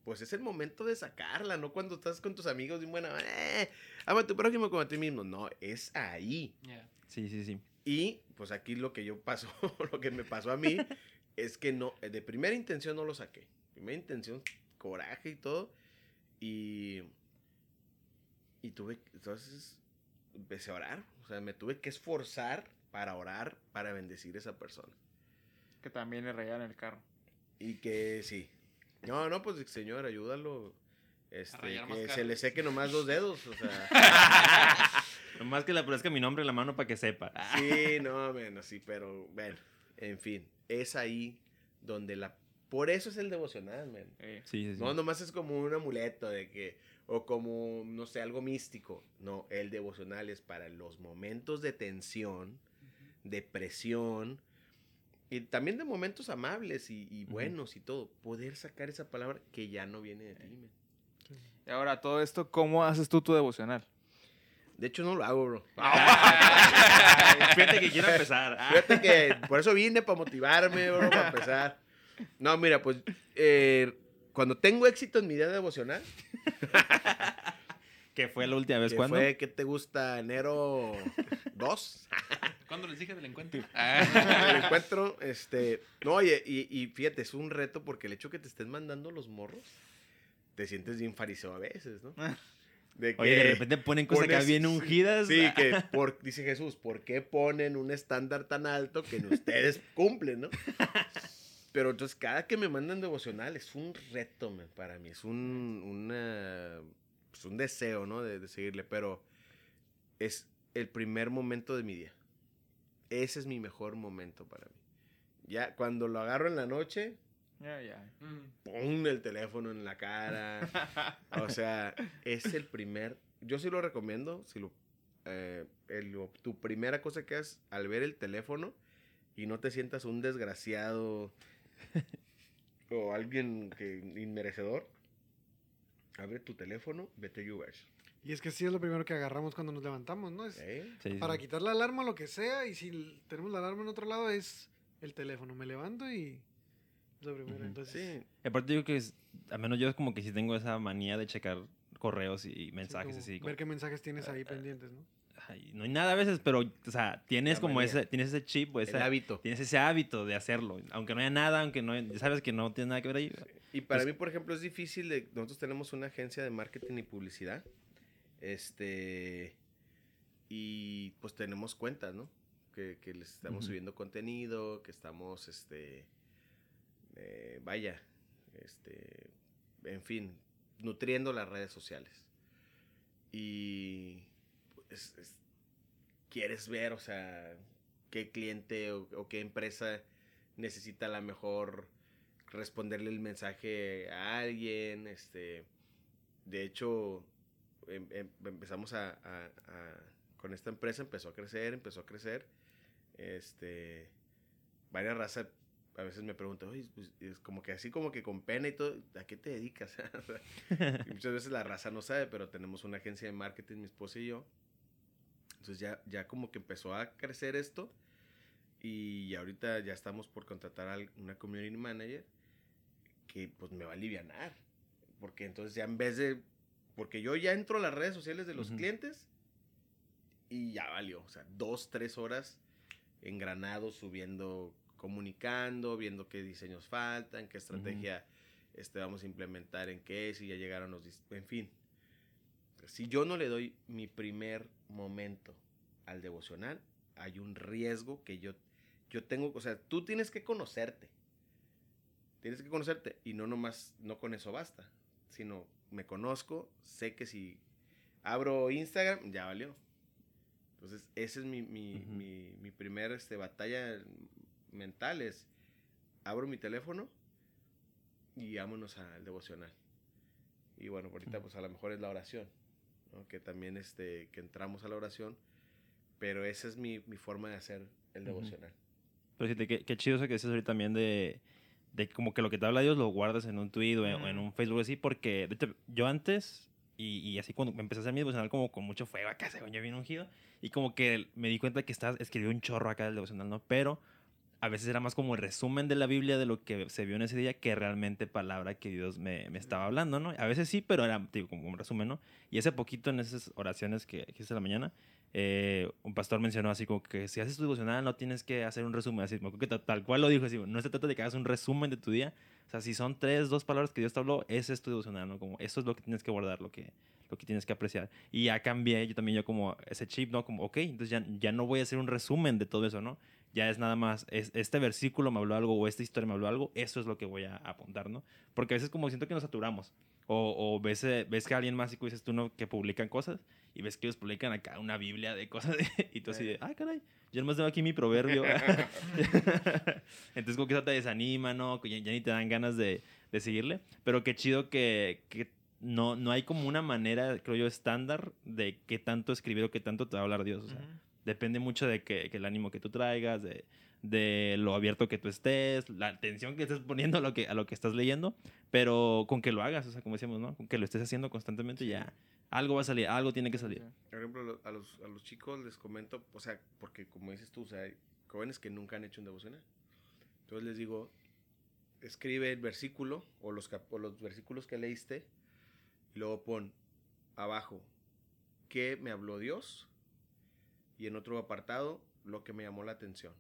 pues es el momento de sacarla, no cuando estás con tus amigos bien buena, eh, ama a tu prójimo como a ti mismo. No, es ahí. Yeah. Sí, sí, sí. Y pues aquí lo que yo pasó, lo que me pasó a mí, es que no, de primera intención no lo saqué. Primera intención, coraje y todo. Y, y tuve, entonces empecé a orar. O sea, me tuve que esforzar para orar, para bendecir a esa persona. Que también le rayaron el carro. Y que sí. No, no, pues señor, ayúdalo. Este, rayar más que carros. se le seque nomás dos dedos. O sea, Nomás que le aparezca mi nombre en la mano para que sepa. sí, no, bueno, sí, pero bueno, en fin, es ahí donde la... Por eso es el devocional, man. Eh, Sí, sí, sí. No, nomás es como un amuleto de que, o como, no sé, algo místico. No, el devocional es para los momentos de tensión, de presión, y también de momentos amables y, y buenos y todo. Poder sacar esa palabra que ya no viene de ti, man. Y ahora, todo esto, ¿cómo haces tú tu devocional? De hecho, no lo hago, bro. Fíjate que quiero empezar. Ah. Fíjate que por eso vine, para motivarme, bro, para empezar. No, mira, pues, eh, cuando tengo éxito en mi día devocional, Que fue la última vez que cuando. fue, ¿qué te gusta? Enero dos. ¿Cuándo les dije del encuentro? El encuentro, este, no, oye, y, y fíjate, es un reto porque el hecho que te estén mandando los morros, te sientes bien fariseo a veces, ¿no? De Oye, de repente ponen cosas acá pones- bien ungidas. Sí, que por, dice Jesús, ¿por qué ponen un estándar tan alto que ni ustedes cumplen, no? Pero entonces cada que me mandan devocional es un reto, man, para mí, es un, una, pues, un deseo, ¿no? De, de seguirle, pero es el primer momento de mi día. Ese es mi mejor momento para mí. Ya cuando lo agarro en la noche, Ya, ya. Mm. pon el teléfono en la cara. O sea, es el primer... Yo sí lo recomiendo. Si lo, eh, el- lo- tu primera cosa que haces al ver el teléfono y no te sientas un desgraciado o alguien que inmerecedor, abre tu teléfono, vete a YouVersion. Y es que sí es lo primero que agarramos cuando nos levantamos, ¿no? Es ¿Eh? Sí, sí. para quitar la alarma, lo que sea, y si l- tenemos la alarma en otro lado, es el teléfono. Me levanto y es lo primero. Ujú. Entonces, Sí. Y aparte digo que, es, al menos yo es como que sí tengo esa manía de checar correos y sí, mensajes como así. Como, ver qué mensajes tienes ahí pendientes, ¿no? ay, no hay nada a veces, pero, o sea, tienes La como manía. ese, tienes ese chip o El esa, hábito. tienes ese hábito de hacerlo. Aunque no haya nada, aunque no, sabes que no tiene nada que ver ahí. Y para Pues- mí, por ejemplo, es difícil. De, nosotros tenemos una agencia de marketing y publicidad. Este. Y pues tenemos cuentas, ¿no? Que, que les estamos Ujú. subiendo contenido, que estamos, este. eh, vaya. Este. En fin, nutriendo las redes sociales. Y. Pues, es- quieres ver, o sea, qué cliente o, o qué empresa necesita a la mejor responderle el mensaje a alguien, este, de hecho, em- em- empezamos a, a- a- con esta empresa, empezó a crecer, empezó a crecer, este, varias razas, a veces me preguntan, oye, pues, es como que así como que con pena y todo, ¿a qué te dedicas? Y muchas veces la raza no sabe, pero tenemos una agencia de marketing, mi esposa y yo, entonces ya, ya como que empezó a crecer esto, y ahorita ya estamos por contratar a una community manager, que pues me va a alivianar. Porque entonces ya en vez de... Porque yo ya entro a las redes sociales de los Ujú. clientes y ya valió. O sea, dos, tres horas engranados, subiendo, comunicando, viendo qué diseños faltan, qué estrategia este, vamos a implementar en qué, si ya llegaron los... dis- En fin. Si yo no le doy mi primer momento al devocional, hay un riesgo que yo, yo tengo... O sea, tú tienes que conocerte. Tienes que conocerte y no nomás, no con eso basta, sino me conozco, sé que si abro Instagram, ya valió. Entonces, esa es mi, mi, Ujú. mi, mi primer este, batalla mental, es abro mi teléfono y vámonos al devocional. Y bueno, ahorita pues a lo mejor es la oración, ¿no? Que también este, que entramos a la oración, pero esa es mi, mi forma de hacer el Ujú. devocional. Pero fíjate, qué, qué chido eso que dices ahorita también de, de como que lo que te habla Dios lo guardas en un tweet o en, o en Ujú. un Facebook así, porque de hecho, yo antes, y, y así cuando empecé a hacer mi devocional como con mucho fuego acá, según yo bien ungido, y como que me di cuenta que estaba, escribí un chorro acá del devocional, ¿no? Pero a veces era más como el resumen de la Biblia de lo que se vio en ese día que realmente palabra que Dios me, me estaba hablando, ¿no? A veces sí, pero era digo, como un resumen, ¿no? Y ese poquito en esas oraciones que, que hice en la mañana, eh, un pastor mencionó así como que si haces tu devocional no tienes que hacer un resumen, así, me acuerdo que tal, tal cual lo dijo, así, no se trata de que hagas un resumen de tu día, o sea, si son tres, dos palabras que Dios te habló, ese es tu devocional, ¿no? Como eso es lo que tienes que guardar, lo que, lo que tienes que apreciar. Y ya cambié, yo también, yo como ese chip, ¿no? Como, ok, entonces ya, ya no voy a hacer un resumen de todo eso, ¿no? Ya es nada más, es, este versículo me habló algo o esta historia me habló algo, eso es lo que voy a apuntar, ¿no? Porque a veces como siento que nos saturamos. O, o ves, eh, ves que alguien más, y dices tú, ¿no? Que publican cosas y ves que ellos publican acá una Biblia de cosas y tú así de, ah, caray, yo nomás tengo aquí mi proverbio. Entonces como que eso te desanima, ¿no? Ya, ya ni te dan ganas de, de seguirle. Pero qué chido que, que no, no hay como una manera, creo yo, estándar de qué tanto escribir o qué tanto te va a hablar Dios. O sea, uh-huh. Depende mucho de que, que el ánimo que tú traigas, de, de lo abierto que tú estés, la atención que estés poniendo a lo que, a lo que estás leyendo, pero con que lo hagas, o sea, como decíamos, ¿no? Con que lo estés haciendo constantemente, ya algo va a salir, algo tiene que salir. Por ejemplo, a los, a los chicos les comento, o sea, porque como dices tú, o sea, hay jóvenes que nunca han hecho un devocional. Entonces les digo, escribe el versículo o los, o los versículos que leíste y luego pon abajo, ¿qué me habló Dios? Y en otro apartado, lo que me llamó la atención.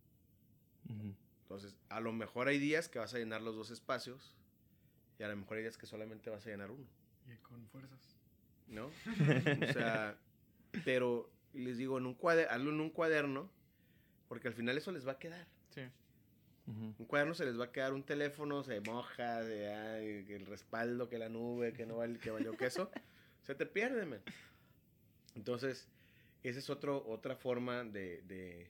Uh-huh. Entonces, a lo mejor hay días que vas a llenar los dos espacios y a lo mejor hay días que solamente vas a llenar uno. Y con fuerzas. ¿No? O sea, pero les digo, en un cuaderno, hazlo en un cuaderno, porque al final eso les va a quedar. Sí. Uh-huh. Un cuaderno se les va a quedar, un teléfono se moja, de, ay, el respaldo, que la nube, que no vale, que valió queso, se te pierde, man. Entonces, esa es otro, otra forma de, de...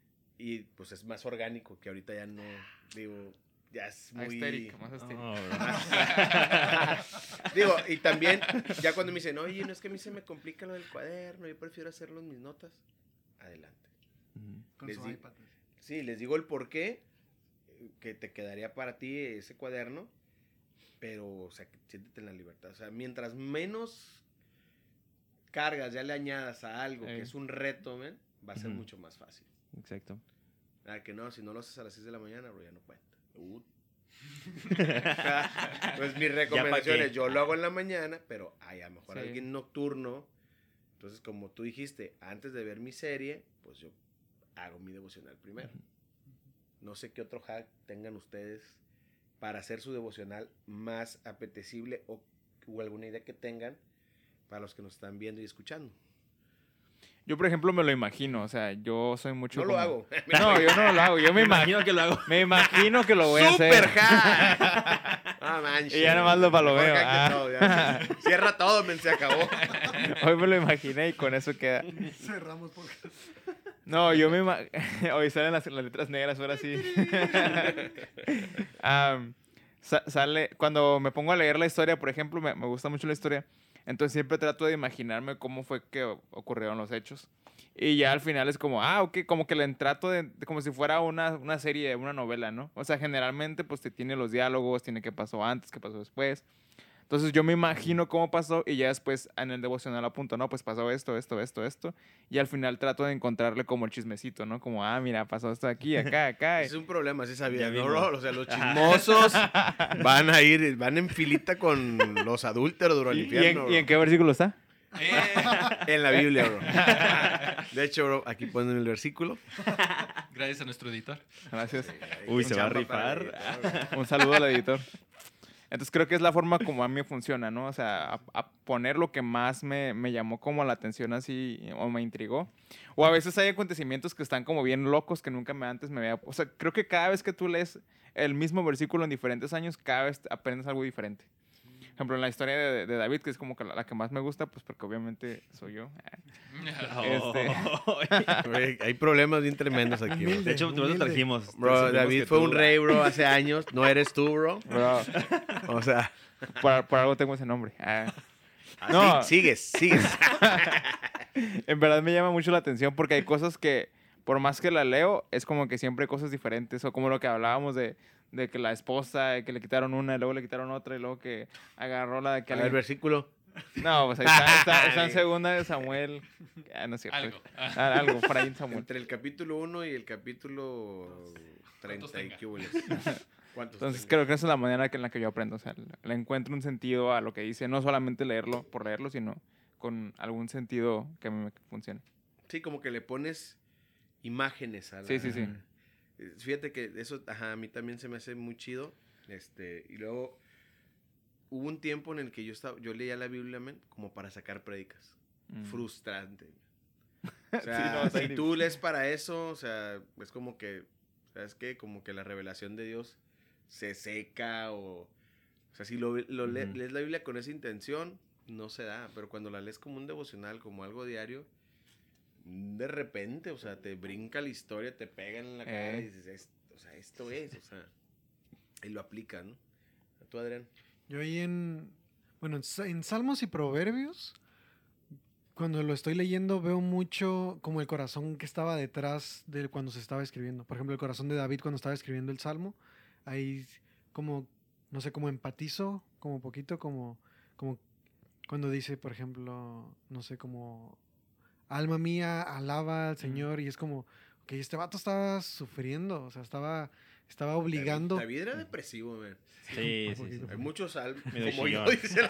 Y pues es más orgánico, que ahorita ya no, digo, ya es muy... Estérico, más estérico. Oh, digo, y también, ya cuando me dicen, oye, no es que a mí se me complica lo del cuaderno, yo prefiero hacerlo en mis notas, adelante. Uh-huh. Con les su di- iPad. Sí, les digo el por qué, que te quedaría para ti ese cuaderno, pero, o sea, siéntete en la libertad. O sea, mientras menos cargas ya le añadas a algo Ey. que es un reto, man, va a ser Uh-huh. mucho más fácil. Exacto. Ah, que no, si no lo haces a las seis de la mañana, bro, ya no cuenta. Uh. Pues mi recomendación es, yo lo hago en la mañana, pero ay, a lo mejor Sí. alguien nocturno. Entonces, como tú dijiste, antes de ver mi serie, pues yo hago mi devocional primero. Uh-huh. No sé qué otro hack tengan ustedes para hacer su devocional más apetecible o, o alguna idea que tengan para los que nos están viendo y escuchando. Yo, por ejemplo, me lo imagino, o sea, yo soy mucho No como... lo hago. No, yo no lo hago, yo me, Me imagino imagino que lo hago. Me imagino que lo voy a hacer. ¡Super hack! Ah, manches. Y ya nomás lo palomeo. Mejor hack de Ah. todo, ya. Cierra todo, men, se acabó. Hoy me lo imaginé y con eso queda. Cerramos porque... No, yo me imagino... Hoy salen las, las letras negras, ahora sí. um, sa- sale... Cuando me pongo a leer la historia, por ejemplo, me, me gusta mucho la historia. Entonces siempre trato de imaginarme cómo fue que ocurrieron los hechos. Y ya al final es como, ah, ok, como que le trato de, de como si fuera una, una serie, una novela, ¿no? O sea, generalmente pues te tiene los diálogos, tiene qué pasó antes, qué pasó después. Entonces yo me imagino cómo pasó y ya después en el devocional apunto, no, pues pasó esto, esto, esto, esto. Y al final trato de encontrarle como el chismecito, ¿no? Como, ah, mira, pasó esto aquí, acá, acá. Es un problema, sí sabía, Ya ¿no, vimos. bro? O sea, los chismosos van a ir, van en filita con los adúlteros durante el ¿Y, y infierno, en, bro. ¿Y en qué versículo está? Eh, En la Biblia, bro. De hecho, bro, aquí ponen el versículo. gracias a nuestro editor. Gracias. Uy, se va a Chamba para rifar. el editor, Un saludo al editor. Entonces creo que es la forma como a mí funciona, ¿no? O sea, a, a poner lo que más me, me llamó como la atención así o me intrigó. O a veces hay acontecimientos que están como bien locos que nunca me antes me había... O sea, creo que cada vez que tú lees el mismo versículo en diferentes años, cada vez aprendes algo diferente. Por ejemplo, en la historia de, de David, que es como que la, la que más me gusta, pues porque obviamente soy yo. Este- Güey, hay problemas bien tremendos aquí, bro. De hecho, nosotros Humilde. trajimos. Bro, supimos David que fue tú- un rey, bro, hace años. No eres tú, bro. Bro, O sea, por, por algo tengo ese nombre. Ah. así, No. sigues, sigues. En verdad me llama mucho la atención porque hay cosas que, por más que la leo, es como que siempre hay cosas diferentes. O como lo que hablábamos de, de que la esposa, que le quitaron una y luego le quitaron otra y luego que agarró la de que... A ver, versículo. No, pues ahí está, está, está en segunda de Samuel. Ah, no es cierto. Algo. Ah, algo, por ahí en Samuel. Entre el capítulo uno y el capítulo ¿Cuántos treinta y tenga? qué hules. ¿Cuántos Entonces tenga? creo que esa es la manera que- en la que yo aprendo. O sea, le, le encuentro un sentido a lo que dice. No solamente leerlo por leerlo, sino con algún sentido que a mí me funcione. Sí, como que le pones imágenes a la... Sí, sí, sí. Eh, Fíjate que eso, ajá, a mí también se me hace muy chido. Este, y luego hubo un tiempo en el que yo estaba, yo leía la Biblia, men, como para sacar prédicas. Mm. Frustrante. O Sí, sea, no, está si bien tú lees para eso, o sea, es como que, ¿sabes qué? Como que la revelación de Dios se seca o... O sea, si lo, lo le- Ujú. lees la Biblia con esa intención, no se da. Pero cuando la lees como un devocional, como algo diario, de repente, o sea, te brinca la historia, te pega en la cara Eh. y dices, "Es- o sea, esto es, o sea, y lo aplica, ¿no? ¿Tú, Adrián? Yo ahí en, bueno, en, Sa- en Salmos y Proverbios, cuando lo estoy leyendo veo mucho como el corazón que estaba detrás de cuando se estaba escribiendo. Por ejemplo, el corazón de David cuando estaba escribiendo el Salmo, ahí como, no sé, como empatizo, como poquito, como, como cuando dice, por ejemplo, no sé, como, alma mía, alaba al Señor, y es como, ok, este vato estaba sufriendo, o sea, estaba, estaba obligando. David, David era depresivo, man. Sí, un sí, poquito. sí. Hay muchos salmos, Medio como yo, chillón. dice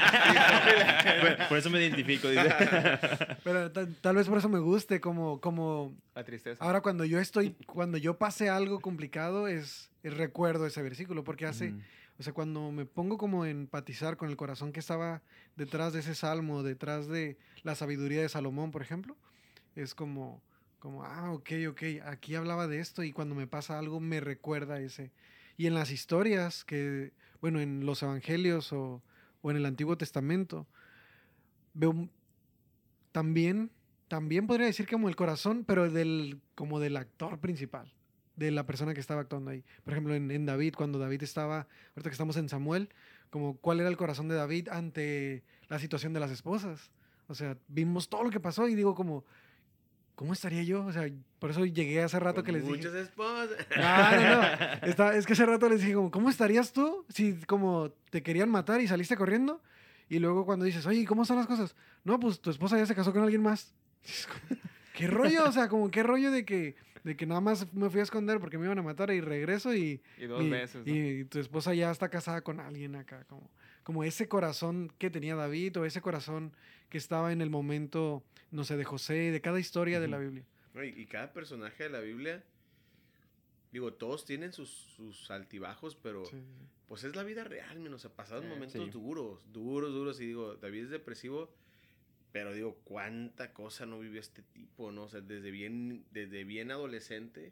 la- Por- Por eso me identifico, dice. Pero ta- tal vez por eso me guste, como, como La tristeza. ahora cuando yo estoy, cuando yo pase algo complicado, es, es recuerdo ese versículo, porque hace, Ujú. o sea, cuando me pongo como a empatizar con el corazón que estaba detrás de ese salmo, detrás de la sabiduría de Salomón, por ejemplo, es como, como, ah, ok, ok, aquí hablaba de esto y cuando me pasa algo me recuerda ese. Y en las historias que, bueno, en los evangelios o, o en el Antiguo Testamento, veo m- también, también podría decir como el corazón, pero del, como del actor principal, de la persona que estaba actuando ahí. Por ejemplo, en, en David, cuando David estaba, ahorita que estamos en Samuel, como cuál era el corazón de David ante la situación de las esposas. O sea, vimos todo lo que pasó y digo como, ¿cómo estaría yo? O sea, por eso llegué hace rato Con que les dije. muchas esposas. No, no, no. Está- es que hace rato les dije como, ¿cómo estarías tú si como te querían matar y saliste corriendo? Y luego cuando dices, oye, ¿cómo están las cosas? No, pues tu esposa ya se casó con alguien más. Es como, ¿qué rollo? O sea, como qué rollo de que, de que nada más me fui a esconder porque me iban a matar y regreso y, Y dos y, veces, ¿no? y tu esposa ya está casada con alguien acá. Como, como ese corazón que tenía David o ese corazón que estaba en el momento, no sé, de José, de cada historia de la Ujú. Biblia. No, Y y cada personaje de la Biblia, digo, todos tienen sus, sus altibajos, pero Sí. pues es la vida real, men, o sea, pasaron Eh, momentos sí. duros, duros, duros, y digo, David es depresivo, pero digo, cuánta cosa no vivió este tipo, ¿no? O sea, desde bien, desde bien adolescente,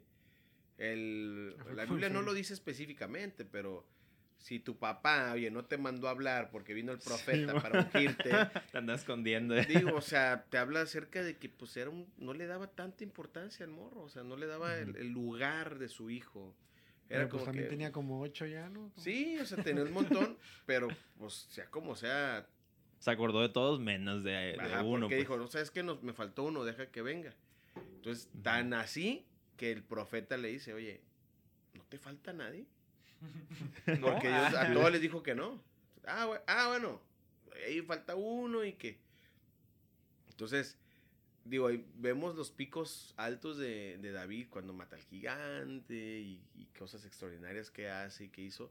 el, Fue- la fue Biblia no enfermo. lo dice específicamente, pero si tu papá, oye, no te mandó a hablar porque vino el profeta mo- para ungirte, Te andas escondiendo. eh. digo, o sea, te habla acerca de que pues era un, no le daba tanta importancia al morro, o sea, no le daba el, Ujú. el lugar de su hijo. Era Pero pues como también que, tenía como ocho ya, ¿no? Como- sí, o sea, tenía un montón, pero pues sea como sea, Se acordó de todos menos de, de ajá, uno. porque Pues. dijo, no sabes que me faltó uno, deja que venga. Entonces, Ujú. tan así que el profeta le dice, oye, ¿no te falta nadie? ¿No? Porque Dios Ah, a todos les dijo que no. Ah, bue- ah, bueno, ahí falta uno y que. Entonces, digo, ahí vemos los picos altos de, de David cuando mata al gigante y, y cosas extraordinarias que hace y que hizo.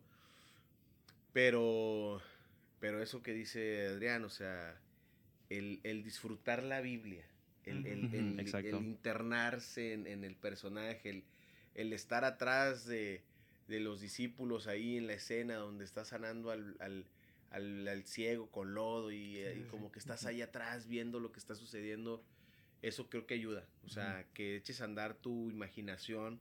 Pero, pero eso que dice Adrián, o sea, el, el disfrutar la Biblia, el, el- Ujú, el- exacto. el internarse en, en el personaje, el, el estar atrás de, de los discípulos ahí en la escena donde está sanando al, al, al- al ciego con lodo y, eh, Sí, y sí, como sí. que estás ahí atrás viendo lo que está sucediendo, eso creo que ayuda. O sea, que eches a andar tu imaginación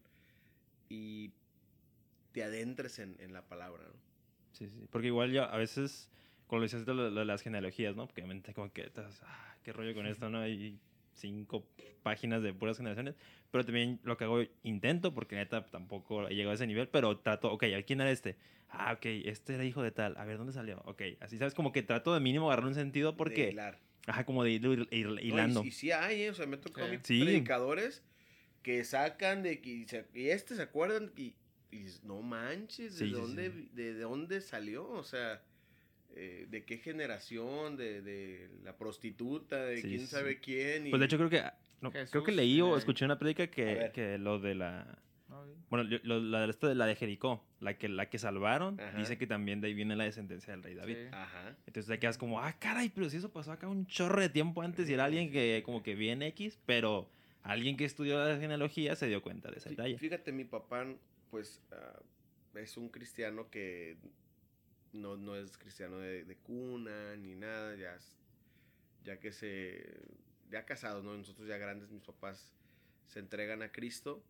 y te adentres en, en la palabra, ¿no? Sí, sí. Porque igual yo a veces, cuando decías de lo- lo de las genealogías, ¿no? Porque obviamente como que, estás, ah, qué rollo con esto, ¿no? Hay cinco páginas de puras generaciones. Pero también lo que hago, intento, porque neta tampoco he llegado a ese nivel, pero trato, ok, ¿a quién era este? Ah, ok, este era hijo de tal. A ver, ¿dónde salió? Ok, así, ¿sabes? Como que trato de mínimo agarrar un sentido De porque, hilar. ajá, como de ir, ir- ir No, y- hilando. y, sí hay, ¿eh? O sea, me tocó a mí Sí. predicadores que sacan de que y, se- y este se acuerdan y, y dices, no manches, ¿de Sí, sí, dónde sí. de, de dónde salió? O sea, eh, de qué generación, de, de la prostituta, de Sí, quién sí, sabe sí. quién. Y, Pues de hecho creo que, no, creo que Jesús, leí o eh, escuché una prédica A que, ver. que lo de la... No, Bueno, lo- lo- la, de esta de la de Jericó, la que, la que salvaron, Ajá. dice que también de ahí viene la descendencia del rey David. sí. Ajá. Entonces te quedas como, ah, caray, pero si eso pasó acá un chorro de tiempo antes y era alguien que como que bien X, pero alguien que estudió la genealogía se dio cuenta de ese Fí- detalle. Fíjate, mi papá, pues, ah, es un cristiano que no, no es cristiano de, de cuna ni nada, ya, es- ya que se, ya casados, ¿no? Nosotros ya grandes, mis papás se entregan a Cristo,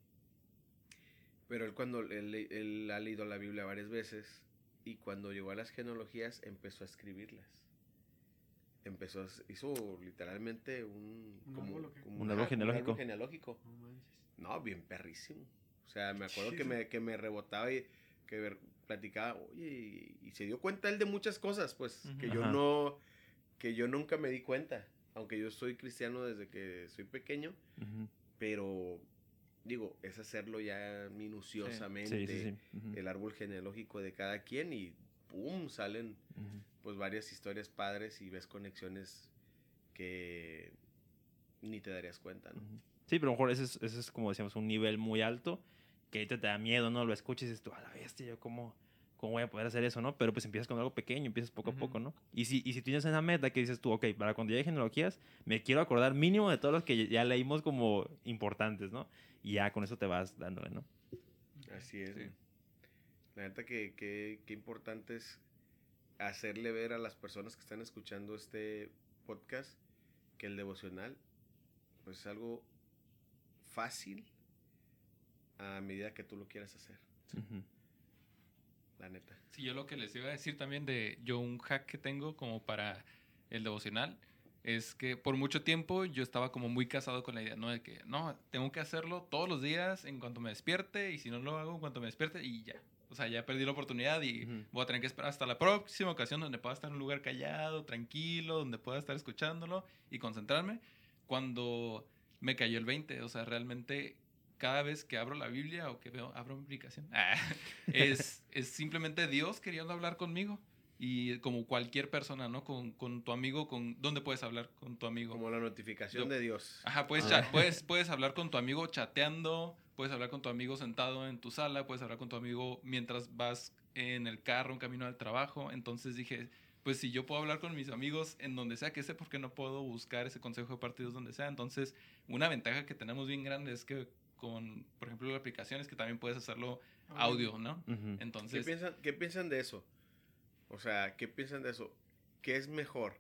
pero él cuando, él, él ha leído la Biblia varias veces y cuando llegó a las genealogías empezó a escribirlas. Empezó, a- hizo literalmente un, ¿Un como, árbol o qué? como Un ajá, árbol como genealógico. genealógico. No manches. No, bien perrísimo. O sea, me acuerdo que Chido. me, que me rebotaba y que ver- platicaba, oye, y, y se dio cuenta él de muchas cosas, pues, Ujú. que yo Ajá. no, que yo nunca me di cuenta, aunque yo soy cristiano desde que soy pequeño, Ujú. pero, digo, es hacerlo ya minuciosamente, Sí, sí, sí. Ujú. el árbol genealógico de cada quien y, ¡pum!, salen, Ujú. pues, varias historias padres y ves conexiones que ni te darías cuenta, ¿no? Ujú. Sí, pero a lo mejor ese es, ese es, como decíamos, un nivel muy alto que ahorita te da miedo, ¿no? Lo escuchas y dices tú, a la bestia, yo cómo, cómo voy a poder hacer eso, ¿no? Pero pues empiezas con algo pequeño, empiezas poco a Ujú. poco, ¿no? Y si, y si tienes esa meta que dices tú, ok, para cuando llegue genealogías, me quiero acordar mínimo de todos los que ya leímos como importantes, ¿no? Y ya con eso te vas dándole, ¿no? Así es. Sí. güey. La neta que, que, que importante es hacerle ver a las personas que están escuchando este podcast que el devocional pues, es algo fácil a medida que tú lo quieras hacer. Ujú. La neta. Sí, yo lo que les iba a decir también de yo un hack que tengo como para el devocional es que por mucho tiempo yo estaba como muy casado con la idea, ¿no? De que, no, tengo que hacerlo todos los días en cuanto me despierte y si no lo hago en cuanto me despierte y ya. O sea, ya perdí la oportunidad y Ujú. voy a tener que esperar hasta la próxima ocasión donde pueda estar en un lugar callado, tranquilo, donde pueda estar escuchándolo y concentrarme. Cuando me cayó el veinte, o sea, realmente cada vez que abro la Biblia o que veo, abro mi aplicación, ah, es, es simplemente Dios queriendo hablar conmigo. Y como cualquier persona, ¿no? Con, con tu amigo, con ¿dónde puedes hablar con tu amigo? Como la notificación Yo- de Dios. Ajá, puedes, Ah. chat- puedes, puedes hablar con tu amigo chateando, puedes hablar con tu amigo sentado en tu sala, puedes hablar con tu amigo mientras vas en el carro, en camino al trabajo. Entonces dije, pues si yo puedo hablar con mis amigos en donde sea que esté, ¿por qué no puedo buscar ese consejo de partidos donde sea? Entonces, una ventaja que tenemos bien grande es que con, por ejemplo, la aplicación es que también puedes hacerlo audio, ¿no? Ujú. ¿Qué Entonces, piensan, ¿Qué piensan de eso? O sea, ¿qué piensan de eso? ¿Qué es mejor?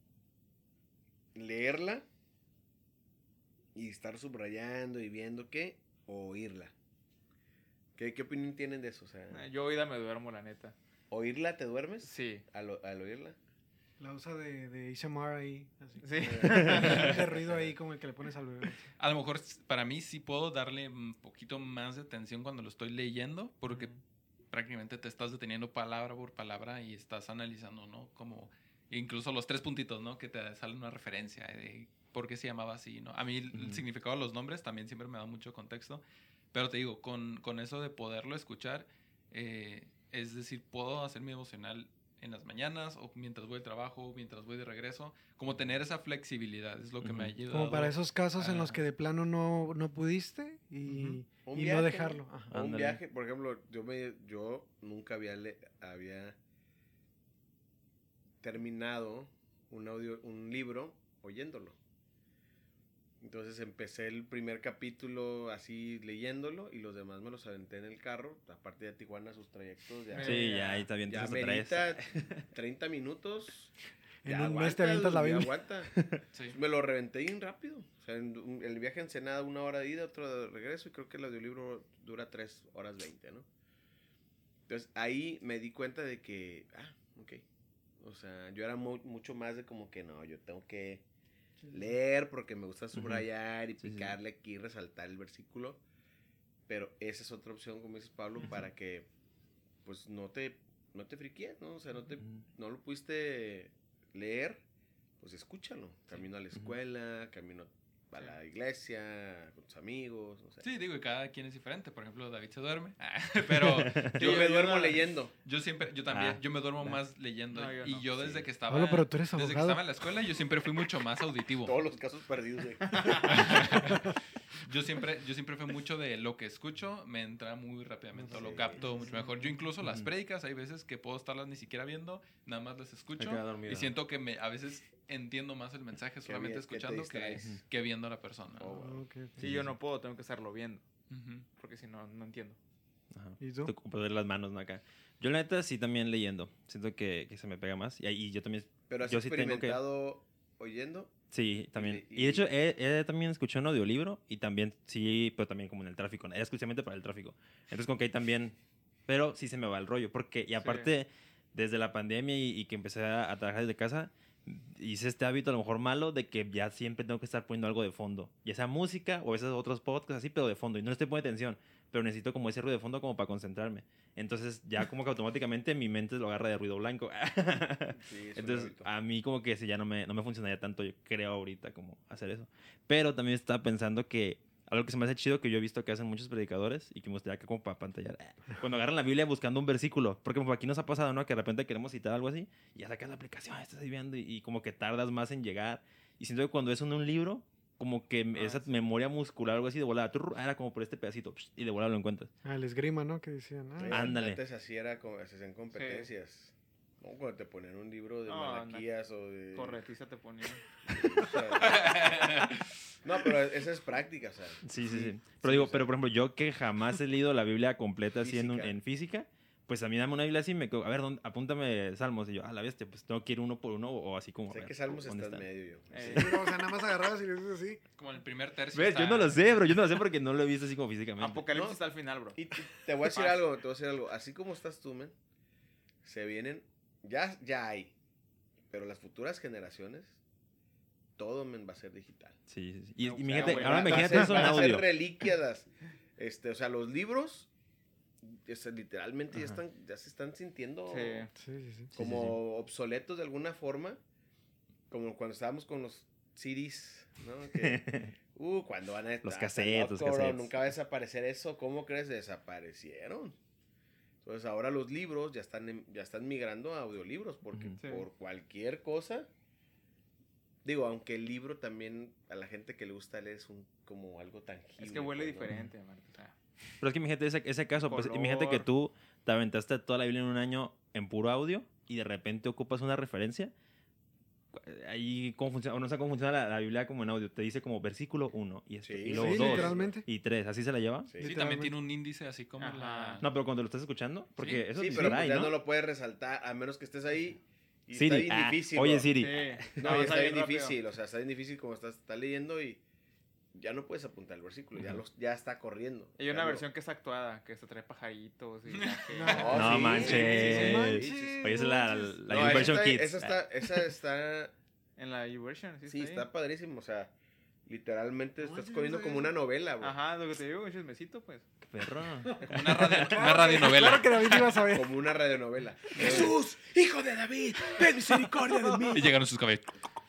¿Leerla y estar subrayando y viendo qué? ¿O oírla? ¿Qué, qué opinión tienen de eso? O sea, Eh, Yo oída me duermo, la neta. ¿oírla te duermes? Sí. Al, o- al oírla. La usa de, de A S M R ahí. Así. Sí. De ruido ahí como el que le pones al bebé. a lo mejor s- para mí sí puedo darle un poquito más de atención cuando lo estoy leyendo, porque Ujú. prácticamente te estás deteniendo palabra por palabra y estás analizando, ¿no? Como incluso los tres puntitos, ¿no? Que te salen una referencia de por qué se llamaba así, ¿no? A mí el Ujú. significado de los nombres también siempre me da mucho contexto, pero te digo, con, con eso de poderlo escuchar, eh, es decir, puedo hacer mi devocional en las mañanas o mientras voy al trabajo, mientras voy de regreso, como tener esa flexibilidad es lo que me ha Ujú. ayudado. Como para esos casos en los Ah. que de plano no, no pudiste y, Ujú. Un y viaje, no dejarlo. Ajá. O un Ándale. viaje, por ejemplo, yo me yo nunca había le- había terminado un audio un libro oyéndolo. Entonces empecé el primer capítulo así leyéndolo y los demás me los aventé en el carro, aparte de Tijuana sus trayectos ya. Sí, ya ahí también te Ya haces otra vez. medita treinta minutos. En ya un mes te aguantas, avientas la ya Biblia. aguanta. Sí. Me lo reventé bien rápido. O sea, en un- el viaje a Ensenada, una hora de ida, otra de regreso, y creo que el audiolibro dura tres horas veinte, ¿no? Entonces ahí me di cuenta de que, ah, ok. O sea, yo era mu- mucho más de como que no, yo tengo que leer porque me gusta subrayar y Sí, sí. picarle aquí, resaltar el versículo. Pero esa es otra opción, como dices Pablo, Ujú. para que pues no te, no te friquies, ¿no? O sea, no te, Ujú. no lo pudiste leer, pues escúchalo. Camino a la Ujú. escuela, camino a la iglesia, con tus amigos, no sé. Sí, digo, y cada quien es diferente. Por ejemplo, David se duerme. Pero Yo me duermo no- leyendo. Yo siempre, yo también, Ah, yo me duermo ah. más leyendo. No, yo y no. yo desde Sí. que estaba. Pablo, pero tú eres desde que abogado. estaba en la escuela, yo siempre fui mucho más auditivo. Todos los casos perdidos, güey. Yo siempre, yo siempre fui mucho de lo que escucho, me entra muy rápidamente, lo Sí, capto mucho mejor. Yo incluso las Ujú. prédicas, hay veces que puedo estarlas ni siquiera viendo, nada más las escucho. Me queda dormido. Y siento que me, a veces entiendo más el mensaje solamente bien, que te escuchando que, distraes. que viendo a la persona. ¿no? Oh, wow. Ok, ok. Sí, yo no puedo, tengo que estarlo viendo. Ujú. Porque si no, no entiendo. Ajá. ¿Y tú? Te ocupo ver las manos, ¿no? Acá. Yo, la neta, sí también leyendo. Siento que, que se me pega más. Y, ahí yo también. Pero has yo sí tengo que- experimentado oyendo. Sí, también. Y- Y, de hecho, he, he también escuchado un audiolibro y también, sí, pero también como en el tráfico. Era exclusivamente para el tráfico. Entonces, como que ahí también. Pero sí se me va el rollo. Porque, y aparte, desde la pandemia y, y que empecé a, a trabajar desde casa, hice este hábito a lo mejor malo de que ya siempre tengo que estar poniendo algo de fondo. Ya sea música o esos otros podcasts así, pero de fondo. Y no le estoy poniendo atención. Pero necesito como ese ruido de fondo como para concentrarme. Entonces, ya como que automáticamente mi mente lo agarra de ruido blanco. Sí, es un Entonces, hábito. a mí como que ese ya no me, no me funcionaría tanto, yo creo ahorita, como hacer eso. Pero también estaba pensando que algo que se me hace chido, que yo he visto que hacen muchos predicadores y que me gustaría que como para pantallar, cuando agarran la Biblia buscando un versículo, porque como aquí nos ha pasado, ¿no? Que de repente queremos citar algo así y ya sacas la aplicación, estás ahí viendo y, y como que tardas más en llegar. Y siento que cuando es en un libro, como que Ah, esa sí. memoria muscular o algo así de volada, turr, era como por este pedacito psh, y de volada lo encuentras. Ah, el esgrima, ¿no? Que decían. Ah, Sí, ándale. Antes así era como, se hacían competencias. No, cuando te ponían un libro de No, Malaquías o de... Corretiza te ponía. o sea, no, pero esa es práctica, o sea. Sí, sí, sí. sí, Pero digo, o sea, pero por ejemplo, yo que jamás he leído la Biblia completa así en, un- Física. en física, pues a mí dame una Biblia así y me quedo, a ver, ¿dónde, apúntame Salmos. Y yo, a la bestia, pues tengo que ir uno por uno o, o así como. a Sé ver, que Salmos ¿dónde está en están? medio yo. Eh, sí, no, o sea, nada más agarrabas y le dices así. Como el primer tercio. ¿Ves? está- Yo no lo sé, bro. Yo no lo sé porque no lo he visto así como físicamente. Apocalipsis No. está al final, bro. Y te, te voy a decir Paz. algo, te voy a decir algo. Así como estás tú, men, se vienen, ya, ya hay, pero las futuras generaciones, todo, men, va a ser digital. Sí, sí, sí. Y, O y sea, imagínate, güey, ahora va- va a imagínate ser- eso en van a ser audio. reliquias, las- este, o sea, los libros, este, literalmente ya, Ajá. están, ya se están sintiendo Sí. Sí, sí, sí. como sí, sí. obsoletos de alguna forma, como cuando estábamos con los C Ds, ¿no? Que, uh, cuando van a Los ah, cassettes, está los loco, bro, cassettes. nunca va a desaparecer eso. ¿Cómo crees? Desaparecieron. Entonces ahora los libros ya están, en- ya están migrando a audiolibros porque Ujú. Sí. por cualquier cosa, digo, aunque el libro también a la gente que le gusta leer es un, como algo tangible. Es que huele pues, ¿no? diferente, Marta. O sea, Pero es que imagínate ese, ese caso, pues Color. imagínate que tú te aventaste toda la Biblia en un año en puro audio y de repente ocupas una referencia. Ahí, ¿cómo funciona? O no sé cómo funciona la, la Biblia como en audio. Te dice como versículo uno y, esto, Sí, y luego Sí, dos literalmente. y tres. ¿Así se la lleva? Sí, Sí, Literalmente. también tiene un índice así como Ajá. la... No, pero cuando lo estás escuchando, porque eso sí, sí pero la pues hay, ya ¿no? no lo puedes resaltar a menos que estés ahí. Y Siri, está bien ah, difícil. oye bro. Siri. sí. No, Avanza y está bien rápido. difícil, o sea, está bien difícil como estás, estás leyendo y ya no puedes apuntar el versículo, ya, Ujú. los, ya está corriendo. Hay Ya una lo- versión que es actuada, que se trae pajaritos y la que- No. No sí, manches. sí, sí, sí, sí. Oye, esa es la, la No, YouVersion esa está, Kids. esa está, esa está, en la YouVersion, sí, sí, está, está ahí. padrísimo, o sea, literalmente No, estás sí, comiendo no como sabía una novela, bro. Ajá, lo que te digo, un chismecito, pues. Perro. Como una, radio, una radionovela. Claro que David iba a saber. Como una radionovela. Jesús, hijo de David, ten misericordia de mí. Y llegaron sus cabellos.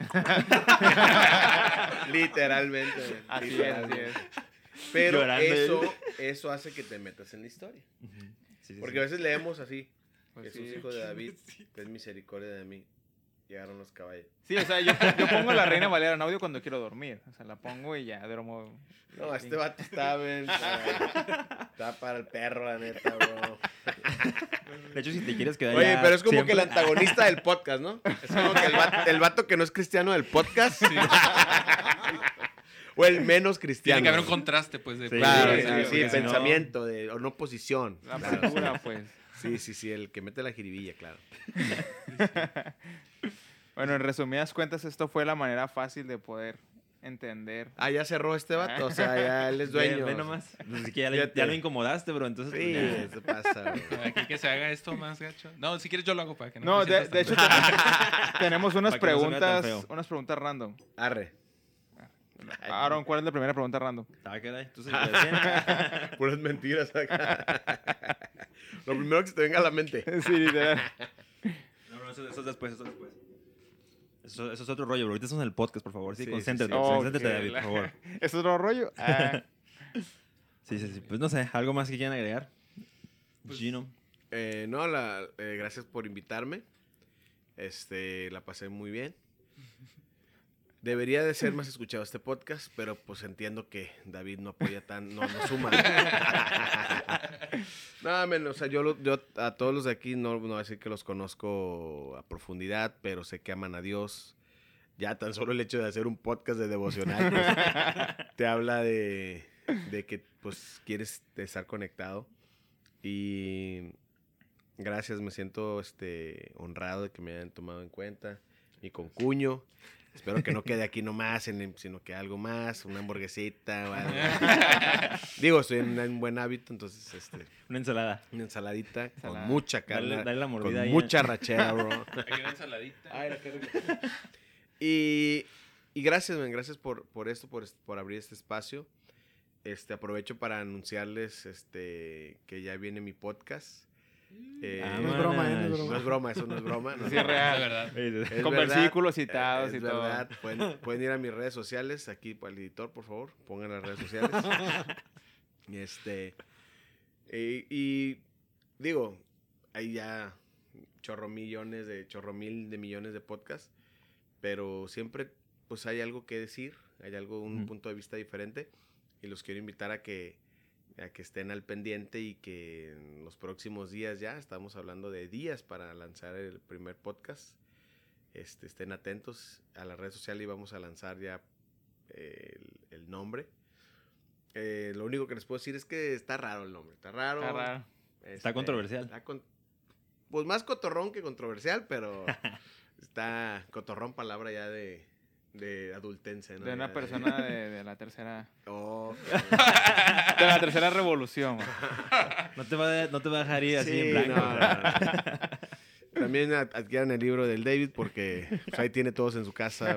Literalmente. Así es, así literalmente. es. Pero Llorando él. eso, eso hace que te metas en la historia. Ujú. Sí, sí, Porque a sí. veces leemos así, Pues Jesús, sí. hijo de David, ten misericordia de mí. Llegaron los caballos. Sí, o sea, yo, yo pongo la Reina Valera en audio cuando quiero dormir. O sea, la pongo y ya duermo. No, este vato está, ven, está, está para el perro, la neta, bro. De hecho, si te quieres quedar Oye, ya pero es como siempre- que el antagonista del podcast, ¿no? Es como que el vato, el vato que no es cristiano del podcast. O el menos cristiano. Tiene que haber un contraste, pues, de... Sí, Claro, Sí, sí, sí, sí, porque si no- pensamiento, de, o no posición. La Claro, apertura, pues. sí, sí, sí, el que mete la jiribilla, claro. Bueno, en resumidas cuentas, esto fue la manera fácil de poder entender. Ah, ya cerró este vato, o sea, ya él es Ve, dueño. ve nomás. Pues es que ya, le- Fíjate. ya lo incomodaste, bro. Entonces, Sí, pues, ya. se pasa, güey. Aquí que se haga esto más gacho. No, si quieres yo lo hago para que no No, te de, sientas de hecho, tan- te- tenemos unas Para que no se vea tan preguntas, feo. unas preguntas random. Arre. Aaron, ¿cuál es la primera pregunta random? Ah, caray. Entonces, le decían. Puras mentiras acá. Lo primero que se te venga a la mente. Sí, literal. No, no, eso, eso es después, eso es después. Eso, eso es otro rollo, bro. Ahorita estamos en el podcast, por favor. Sí, Sí, concéntrate, sí, sí. concéntrate, Ok, David, la- por favor. ¿Es otro rollo? Ah, Sí, sí, sí. Pues no sé, ¿algo más que quieran agregar? Pues- Gino. Eh, no, la, eh, gracias por invitarme. Este, la pasé muy bien. Debería de ser más escuchado este podcast, pero pues entiendo que David no apoya tan, no, no suma. No, men, o sea, yo, lo- yo a todos los de aquí no, no voy a decir que los conozco a profundidad, pero sé que aman a Dios. Ya tan solo el hecho de hacer un podcast de devocional pues, te habla de, de que pues quieres estar conectado. Y gracias, me siento este honrado de que me hayan tomado en cuenta. Mi concuño. Espero que no quede aquí nomás, en- sino que algo más, una hamburguesita o algo. Digo, estoy en un buen hábito, entonces este, Una ensalada. una ensaladita Ensalada. con mucha carne, Dale, dale la con mordida ahí. mucha rachera, bro. Aquí una ensaladita. Ay, la qué rico. Y, y gracias, man, gracias por, por esto, por, est- por abrir este espacio. Este, aprovecho para anunciarles este, que ya viene mi podcast. Eh, Ah, No es broma, ¿eh? No es manas. no es broma, eso no es broma. no Sí, es es broma. real. De verdad. Es Con verdad, versículos citados es y todo. verdad. Pueden, pueden ir a mis redes sociales, aquí para el editor, por favor, pongan las redes sociales. Y este, y, y digo, hay ya chorro millones de, chorro mil de millones de podcasts, pero siempre pues hay algo que decir, hay algo, un Ujú. punto de vista diferente, y los quiero invitar a que a que estén al pendiente y que en los próximos días ya, estamos hablando de días para lanzar el primer podcast, este, estén atentos a las redes sociales y vamos a lanzar ya eh, el, el nombre. Eh, lo único que les puedo decir es que está raro el nombre, está raro. Está raro. Está controversial. está con- pues más cotorrón que controversial, pero está cotorrón, palabra ya de, de adultense, ¿no? De una Ya persona de, de la tercera... Oh, De la tercera revolución. güey. No te va a, no te va a dejar ir así sí, en blanco. no, no, no. También ad- adquieran el libro del David porque pues, ahí tiene todos en su casa.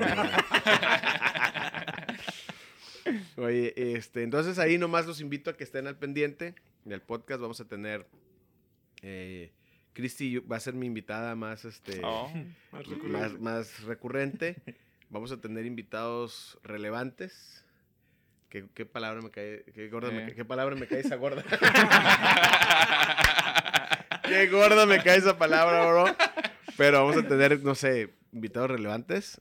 ¿no? Oye, este, entonces ahí nomás los invito a que estén al pendiente del podcast. Vamos a tener... Eh, Cristi va a ser mi invitada más, este, Oh. más, más recurrente. Vamos a tener invitados relevantes. ¿Qué, qué palabra me cae? ¿Qué, gorda me Eh. cae- ¿Qué palabra me cae esa gorda? Qué gorda me cae esa palabra, bro. Pero vamos a tener, no sé, invitados relevantes.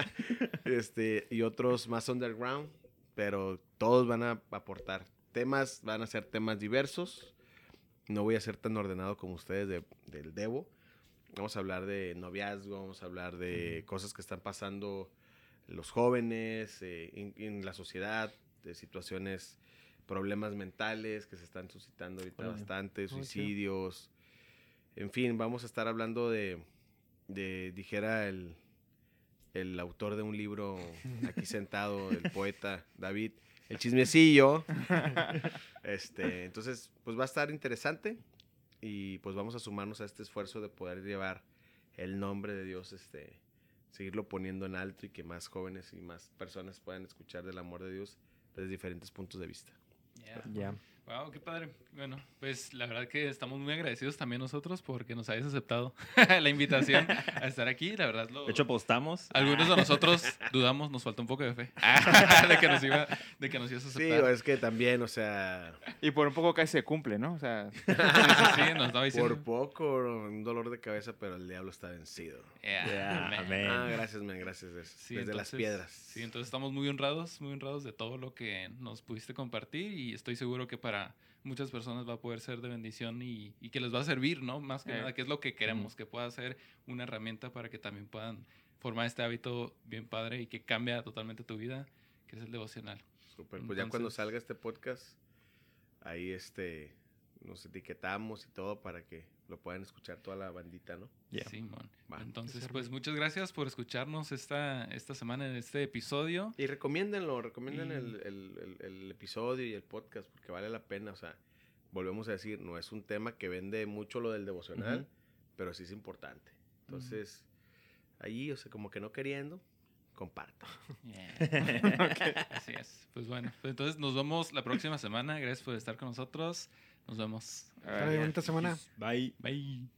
este, y otros más underground. Pero todos van a aportar temas, van a ser temas diversos. No voy a ser tan ordenado como ustedes de- del Devo. Vamos a hablar de noviazgo, vamos a hablar de cosas que están pasando los jóvenes, eh, en, en la sociedad, de situaciones, problemas mentales que se están suscitando ahorita Órale. bastante, chido. suicidios. En fin, vamos a estar hablando de, de dijera el, el autor de un libro aquí sentado, el poeta David, el chismecillo. Este, entonces, pues va a estar interesante y pues vamos a sumarnos a este esfuerzo de poder llevar el nombre de Dios, este, seguirlo poniendo en alto y que más jóvenes y más personas puedan escuchar del amor de Dios desde diferentes puntos de vista. Yeah. Ya. Wow, qué padre. Bueno, pues la verdad que estamos muy agradecidos también nosotros porque nos hayas aceptado la invitación a estar aquí. La verdad, lo, De hecho, apostamos. algunos de nosotros dudamos, nos falta un poco de fe de que nos iba, de que nos ibas a Sí, aceptar. es que también, o sea, Y por un poco casi se cumple, ¿no? O sea, Sí, sí, sí, nos estaba diciendo. por poco un dolor de cabeza, pero el diablo está vencido. Yeah, Yeah, man. amén. Ah, gracias, man, gracias. Desde, Sí, desde las entonces- piedras. Sí, entonces estamos muy honrados, muy honrados de todo lo que nos pudiste compartir y estoy seguro que para muchas personas va a poder ser de bendición y, y que les va a servir, ¿no? Más que Eh. nada, que es lo que queremos, que pueda ser una herramienta para que también puedan formar este hábito bien padre y que cambia totalmente tu vida, que es el devocional. Súper. Pues ya cuando Entonces- salga este podcast, ahí este nos etiquetamos y todo para que lo puedan escuchar toda la bandita, ¿no? Yeah. Simón. Va. Entonces, Qué pues muchas gracias por escucharnos esta, esta semana en este episodio. Y recomiéndenlo, recomienden Y- el, el- el- el episodio y el podcast porque vale la pena. O sea, volvemos a decir, no es un tema que vende mucho lo del devocional, Ujú. pero sí es importante. Entonces, ahí, o sea, como que no queriendo, compartan. Yeah. Así es. Pues bueno, pues entonces nos vemos la próxima semana. Gracias por estar con nosotros. Nos vemos. a ver, Bonita semana. Bye. Bye.